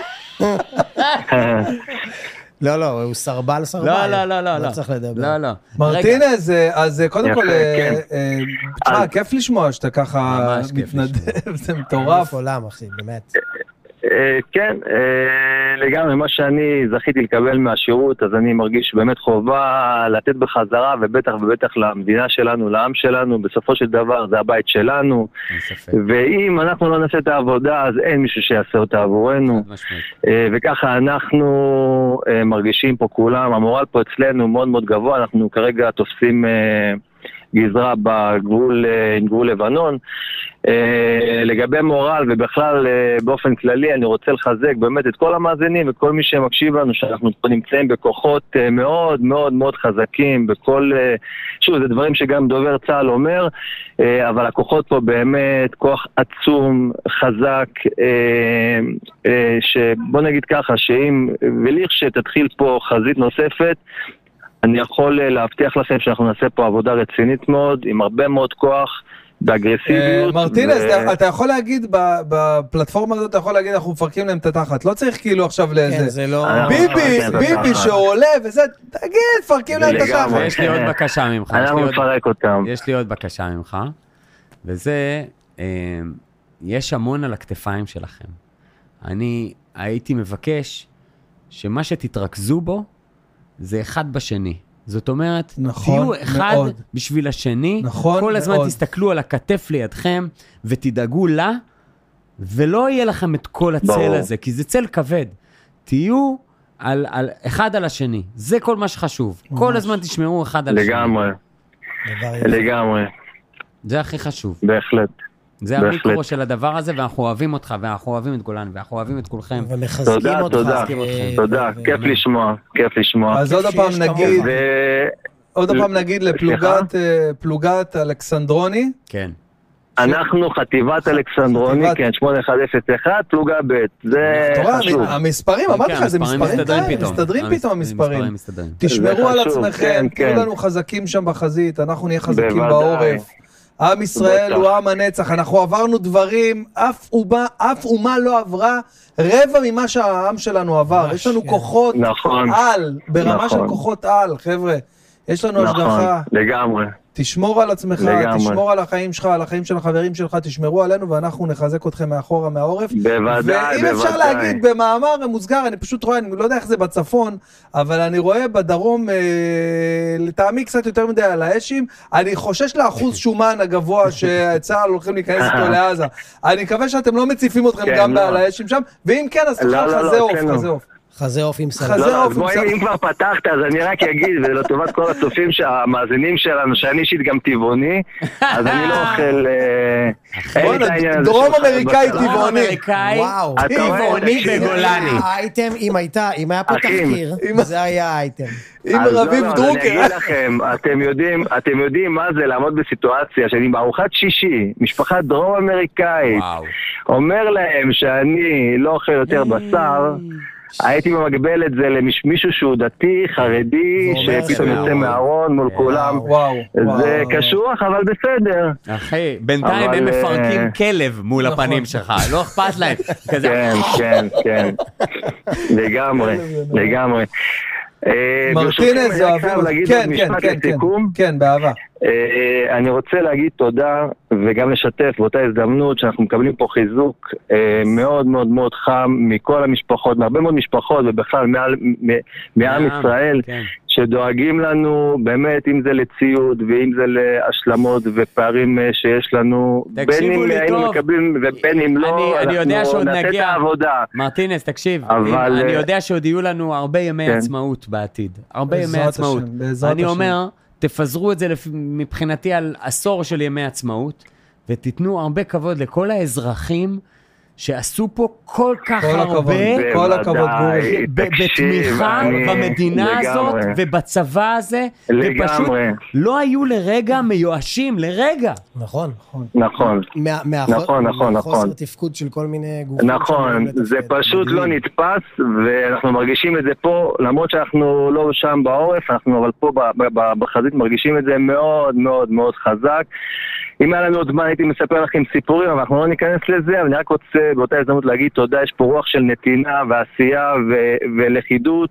לא, הוא סרבל. לא צריך לדבר. לא. מרטינז, אז קודם כל, תשמע, כיף לשמוע שאתה ככה מתנדב, זה מטורף. עולם, אחי, באמת. כן, לגמרי, מה שאני זכיתי לקבל מהשירות, אז אני מרגיש באמת חובה לתת בחזרה, ובטח למדינה שלנו, לעם שלנו, בסופו של דבר זה הבית שלנו, ואם אנחנו לא נעשה את העבודה, אז אין מישהו שיעשה אותה עבורנו, וככה אנחנו מרגישים פה כולם, המורל פה אצלנו מאוד מאוד גבוה, אנחנו כרגע תופסים גזרה בגבול עם גבול לבנון. לגבי מורל ובכלל באופן כללי אני רוצה לחזק באמת את כל המאזינים וכל מי שמקשיב לנו שאנחנו פה נמצאים בכוחות מאוד מאוד מאוד חזקים בכל, שוב זה דברים שגם דובר צה"ל אומר, אבל הכוחות פה באמת כוח עצום, חזק, שבוא נגיד ככה שאם וליך שתתחיל פה חזית נוספת אני יכול להבטיח לכם שאנחנו נעשה פה עבודה רצינית מאוד, עם הרבה מאוד כוח, באגרסיביות. מרטינס, אתה יכול להגיד, בפלטפורמה הזאת, אתה יכול להגיד, אנחנו מפרקים להם את התחת. לא צריך כאילו עכשיו לאיזה... ביבי שעולה וזה, תגיד, מפרקים להם את התחת. יש לי עוד בקשה ממך. אנחנו נפרק אותם. יש לי עוד בקשה ממך, וזה, יש המון על הכתפיים שלכם. אני הייתי מבקש שמה שתתרכזו בו, זה אחד בשני. זאת אומרת, תהיו אחד בשביל השני, כל הזמן תסתכלו על הכתף לידכם, ותדאגו לה, ולא יהיה לכם את כל הצל הזה, כי זה צל כבד. תהיו אחד על השני. זה כל מה שחשוב. כל הזמן תשמרו אחד על השני. לגמרי. זה הכי חשוב. בהחלט. זה המיקרו של הדבר הזה, ואנחנו אוהבים אותך, ואנחנו אוהבים את גולן, ואנחנו אוהבים את כולכם. ומחזקים אותך. תודה, כיף לשמוע. אז עוד פעם נגיד לפלוגת אלכסנדרוני. כן. אנחנו חטיבת אלכסנדרוני, כן, 8101, פלוגה ב', זה חשוב. המספרים, אמרתי לך, זה מסתדרים פתאום המספרים. תשמרו על עצמכם, תהיו לנו חזקים שם בחזית, אנחנו נהיה חזקים בעורף. עם ישראל הוא עם הנצח, אנחנו עברנו דברים, אף אומה לא עברה רבע ממה שהעם שלנו עבר. יש לנו כוחות על, ברמה של כוחות על, חבר'ה. יש לנו השגחה. לגמרי. תשמור על עצמך, תשמור על החיים שלך, על החיים של החברים שלך, תשמרו עלינו ואנחנו נחזק אתכם מאחורה, מהעורף. בוודאי. ואם אפשר להגיד במאמר מוסגר, אני פשוט רואה, אני לא יודע איך זה בצפון, אבל אני רואה בדרום, לטעמי קצת יותר מדי על האשים, אני חושש לאחוז שומן הגבוה שצה"ל הולכים להיכנס איתו לעזה. אני מקווה שאתם לא מציפים אתכם גם בעל האשים שם, ואם כן, אז תאכל חזה עוף, חזה עוף. חזה עוף עם סלט. אם כבר פתחת, אז אני רק אגיד, ולטובת כל הצופים המאזינים שלנו, שאני אישית גם טבעוני, אז אני לא אוכל... דרום אמריקאי טבעוני. וואו. טבעוני וגולני. האייטם, אם היה פה תחקיר, זה היה האייטם. עם רביב דרוקר. אני אגיד לכם, אתם יודעים מה זה לעמוד בסיטואציה, שאני בארוחת שישי, משפחה דרום אמריקאית, אומר להם שאני לא אוכל יותר בשר, הייתי ממגבל את זה למישהו שהוא דתי, חרדי, שפתאום יוצא מהארון מול כולם. זה קשוח, אבל בסדר. אחי, בינתיים הם מפרקים כלב מול הפנים שלך, לא אכפת להם. כן. לגמרי. מרטינז, כן, באהבה. אני רוצה להגיד תודה וגם לשתף באותה הזדמנות שאנחנו מקבלים פה חיזוק מאוד מאוד מאוד חם מכל המשפחות, מהרבה מאוד משפחות ובכלל מעם ישראל שדואגים לנו באמת אם זה לציוד ואם זה להשלמות ופערים שיש לנו, בין אם היינו מקבלים ובין אם לא, אנחנו נעשה את העבודה. מרטינס, תקשיב, אני יודע שעוד יהיו לנו הרבה ימי עצמאות בעתיד, הרבה ימי עצמאות. אני אומר, תפזרו את זה מבחינתי על עשור של ימי עצמאות, ותיתנו הרבה כבוד לכל האזרחים שעשו פה כל כך הרבה, כל הכבוד גורי, בתמיכה במדינה הזאת ובצבא הזה, ופשוט לא היו לרגע מיואשים, לרגע. נכון. נכון. מהחוסר תפקוד של כל מיני גופים. נכון, זה פשוט לא נתפס, ואנחנו מרגישים את זה פה, למרות שאנחנו לא שם בעורף, אנחנו אבל פה בחזית מרגישים את זה מאוד מאוד מאוד חזק. אם היה לנו עוד זמן הייתי מספר לכם סיפורים, אבל אנחנו לא ניכנס לזה, אבל אני רק רוצה באותה הזדמנות להגיד תודה, יש פה רוח של נתינה ועשייה ולכידות,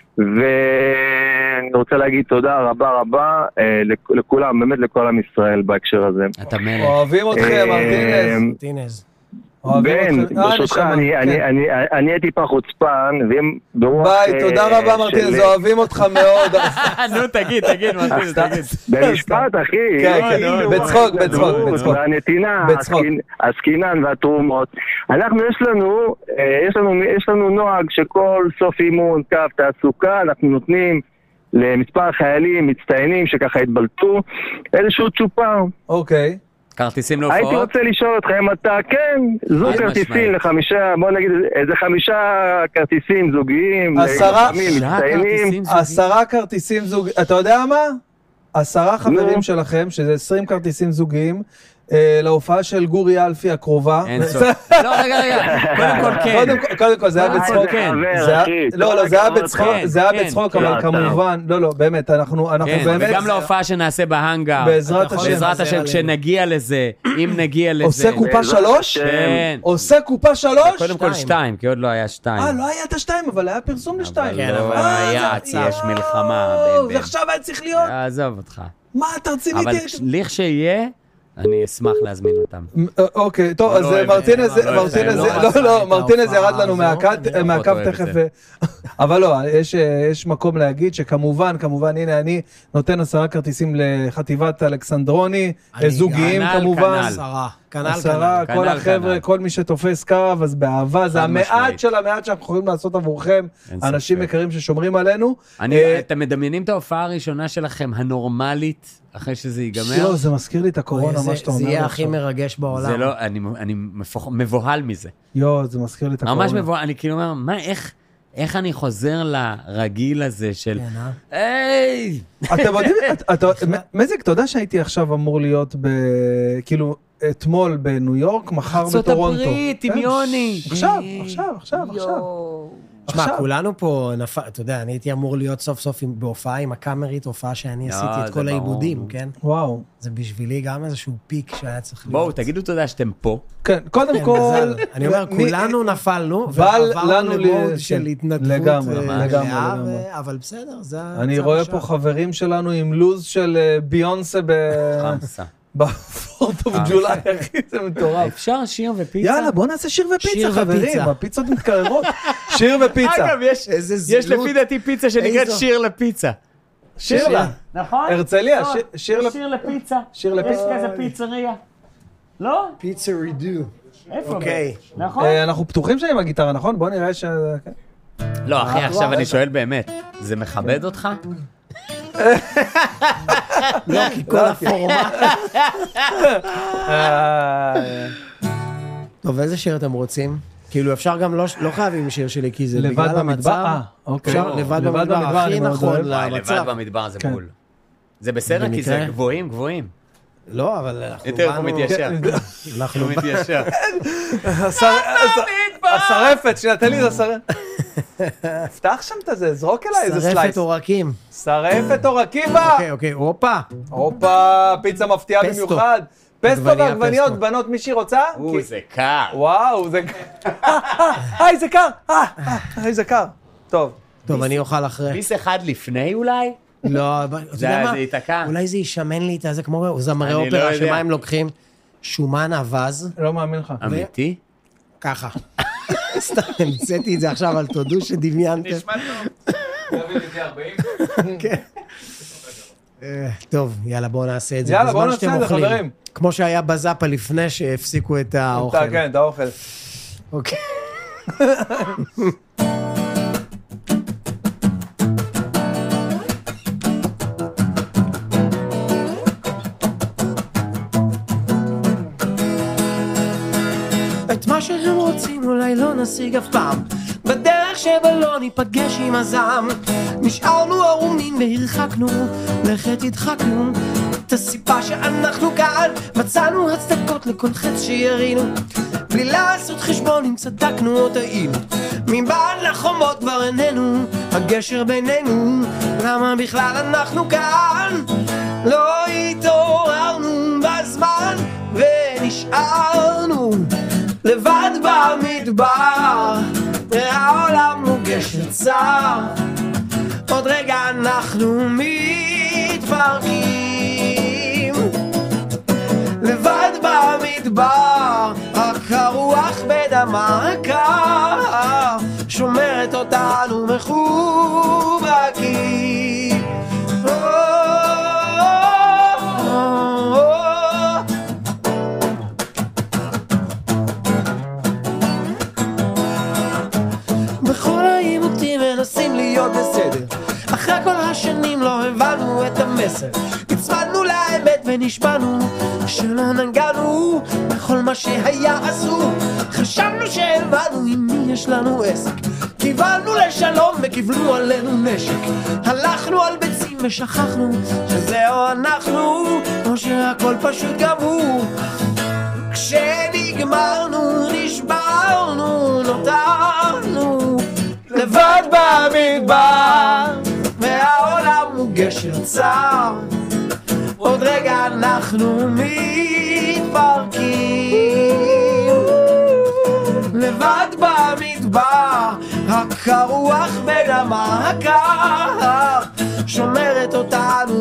ואני רוצה להגיד תודה רבה רבה לכולם, באמת לכל עם ישראל בהקשר הזה. אתה מלך. אוהבים אתכם, מרטינז. בן, ברשותך, אני הייתי פה חוצפן, והם ברוח... ביי, תודה רבה מרטינז, אוהבים אותך מאוד. נו, תגיד, מרטינז, תגיד. במשפט, אחי. בצחוק. והנתינה, הסקינן והתרומות. יש לנו נוהג שכל סוף אימון, קו תעסוקה, אנחנו נותנים למספר חיילים מצטיינים שככה התבלטו, איזשהו צ'ופר. אוקיי. כרטיסים להופעות? הייתי רוצה לשאול אותך אם אתה, כן, זוג כרטיסים לחמישה, בוא נגיד, איזה 5 כרטיסים זוגיים, 10 כרטיסים זוגיים, אתה יודע מה? 10 חברים שלכם, שזה 20 כרטיסים זוגיים, להופעה של גורי אלפי הקרובה. אין סוף. לא, רגע. קודם כל כן. קודם כל, זה היה בצחוק. לא, זה היה בצחוק, אבל כמובן, לא, באמת, אנחנו באמת... וגם להופעה שנעשה בהנגר. בעזרת השם, כשנגיע לזה, אם נגיע לזה. עושה קופה 3? כן. עושה קופה 3? קודם כל 2, כי עוד לא היה 2. לא היה את 2, אבל היה פרסום ל2. כן, אבל היה, יש מלחמה. ועכשיו היה צריך להיות. עזוב אותך. מה, אתה רציני? אבל לכשיהיה... אני אשמח להזמין אותם. אוקיי, טוב, אז מרטינז ירד לנו מהקו תכף. אבל לא, יש מקום להגיד שכמובן, הנה, אני נותן 10 כרטיסים לחטיבת אלכסנדרוני, זוגיים כמובן. 10, כל החבר'ה, כל מי שתופס קו, אז באהבה, זה המעט של המעט שאנחנו יכולים לעשות עבורכם, אנשים יקרים ששומרים עלינו. אתם מדמיינים את ההופעה הראשונה שלכם, הנורמלית, אחרי שזה ייגמר? לא, זה מזכיר לי את הקורונה, מה שאתה אומר. זה יהיה הכי מרגש בעולם. זה לא, אני מבוהל מזה. זה מזכיר לי את הקורונה. ממש מבוהל, אני כאילו אומר, מה, איך אני חוזר לרגיל הזה של... היי! אתם יודעים, מזיק, אתה יודע שהייתי עכשיו אמור להיות כאילו... אתמול בניו יורק, מחר בטורונטו. ארצות הברית, עם יוני. עכשיו. תשמע, כולנו פה, אתה יודע, אני הייתי אמור להיות סוף סוף בהופעה עם הקאמרית, הופעה שאני עשיתי את כל העיבודים, כן? וואו. זה בשבילי גם איזשהו פיק שהיה צריך להיות. בואו, תגידו תודה שאתם פה. כן, קודם כל... אני אומר, כולנו נפלנו, ועברנו למוד של התנדבות. לגמרי. אבל בסדר, זה... אני רואה פה חברים שלנו עם לוז של ביונסה חמסה. בפורט אוף ג'ולי, אחי, זה מטורף. אפשר שיר ופיצה? יאללה, בוא נעשה שיר ופיצה, חברים. הפיצות מתקררות. שיר ופיצה. אגב, יש לפי דעתי פיצה שנקראת שיר לפיצה. שיר לה. נכון? הרצליה, שיר לפיצה. שיר לפיצה. יש כזה פיצריה. לא? פיצה רידו. איפה? אוקיי. נכון? אנחנו פתוחים שם עם הגיטרה, נכון? בוא נראה ש... לא, אחי, עכשיו אני שואל באמת. זה מכבד אותך? לא, כי כל הפורמה. טוב, איזה שיר אתם רוצים? כאילו, אפשר גם לא חייבים שיר שלי, כי זה בגלל המצב. אפשר לבד במדבר, הכי נכון למצב. לבד במדבר זה בול. זה בסדר, כי זה גבוהים. לא, אבל אנחנו יותר הוא מתיישר. אנחנו מתיישר. השרפת, תן לי את השרפת. פתח שם את זה, זרוק אליי איזה סלייס. שרפת עורקים. שרפת עורקים בה. אוקיי, הופה, פיצה מפתיעה במיוחד. פסטו ועגבניות, בנות, מישהי רוצה? זה קר. וואו, זה קר. זה קר. טוב, אני אוכל אחרי. ביס אחד לפני אולי? לא, אתה יודע מה? זה יתקע. אולי זה ישמן לי את זה כמו זמרי אופרה, שמה הם לוקחים? שומן אבז. לא מאמין לך. אמיתי? ככה. סתם, המצאתי את זה עכשיו, אבל תודו שדמיינתם. נשמע טוב. נביא לזה 40. כן. טוב, יאללה, בואו נעשה את זה. יאללה, בואו נעשה את זה, חברים. כמו שהיה בזאפה לפני שהפסיקו את האוכל. כן, את האוכל. אוקיי. את מה שהם רוצים נשיג אף פעם, בדרך שבה לא ניפגש עם הזעם. נשארנו ערומים והרחקנו, לכת הדחקנו את הסיבה שאנחנו כאן, מצאנו הצדקות לכל חץ שירינו, בלי לעשות חשבון אם צדקנו או טעינו. מבעד לחומות כבר איננו, הגשר בינינו, למה בכלל אנחנו כאן? לא התעוררנו בזמן ונשארנו לבד במדבר, והעולם הוא גשר צר, עוד רגע אנחנו מתפרקים. לבד במדבר, רק הרוח בדמה הקר שומרת אותנו מחובקים. בכל העימותים מנסים להיות בסדר, אחרי כל השנים לא הבנו את המסר, הצמדנו לאמת ונשבענו שלא נגענו בכל מה שהיה אסור. חשבנו שהבנו עם מי יש לנו עסק, כיוונו לשלום וכיוונו עלינו נשק, הלכנו על ביצים ושכחנו שזהו אנחנו, או שהכל פשוט גמור. כשנגמרנו נשברנו, נותרנו לבד במדבר, והעולם הוא גשר צר, עוד רגע אנחנו מתפרקים. לבד במדבר, רק הרוח בדמה הקר שומרת אותנו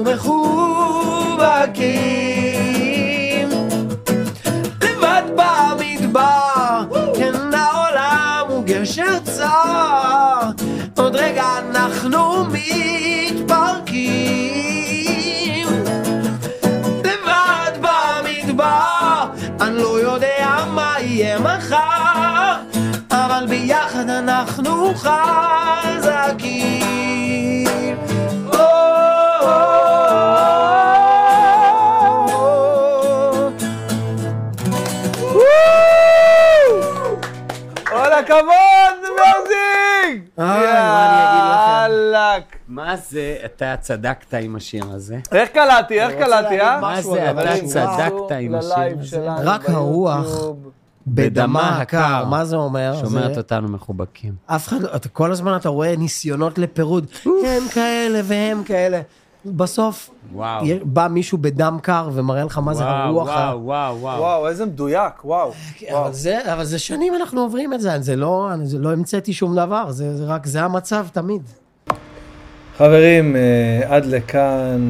מחובקים. לבד במדבר, כן העולם הוא גשר צר, עוד רגע אנחנו מתפרקים. לבד במדבר, אני לא יודע מה יהיה מחר, אבל ביחד אנחנו חזקים. כל הכבוד, מזיג! יאללה. מה זה, אתה צדקת עם השיר הזה? איך קלעתי, אה? מה זה, אתה צדקת עם השיר הזה? רק הרוח בדמה הקר, מה זה אומר? שומרת אותנו מחובקים. אף אחד, כל הזמן אתה רואה ניסיונות לפירוד, הם כאלה והם כאלה. בסוף בא מישהו בדם קר ומראה לך מה זה הרוח. וואו, איזה מדויק, וואו. אבל זה שנים אנחנו עוברים את זה, זה לא המצאתי שום דבר, זה רק, זה המצב תמיד. חברים, עד לכאן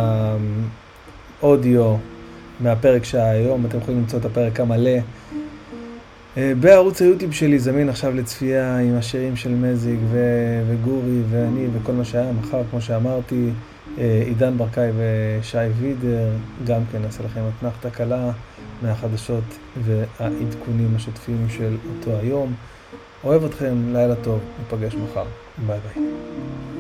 האודיו מהפרק שהיום, אתם יכולים למצוא את הפרק המלא בערוץ היוטיוב שלי, זמין עכשיו לצפייה עם השירים של מזיג וגורי ואני וכל מה שהיה. מחר, כמו שאמרתי, עידן ברקאי ושי וידר, גם כן נעשה לכם אתנחתה קלה מהחדשות והעדכונים השוטפים של אותו היום. אוהב אתכם, לילה טוב, ניפגש מחר, ביי ביי.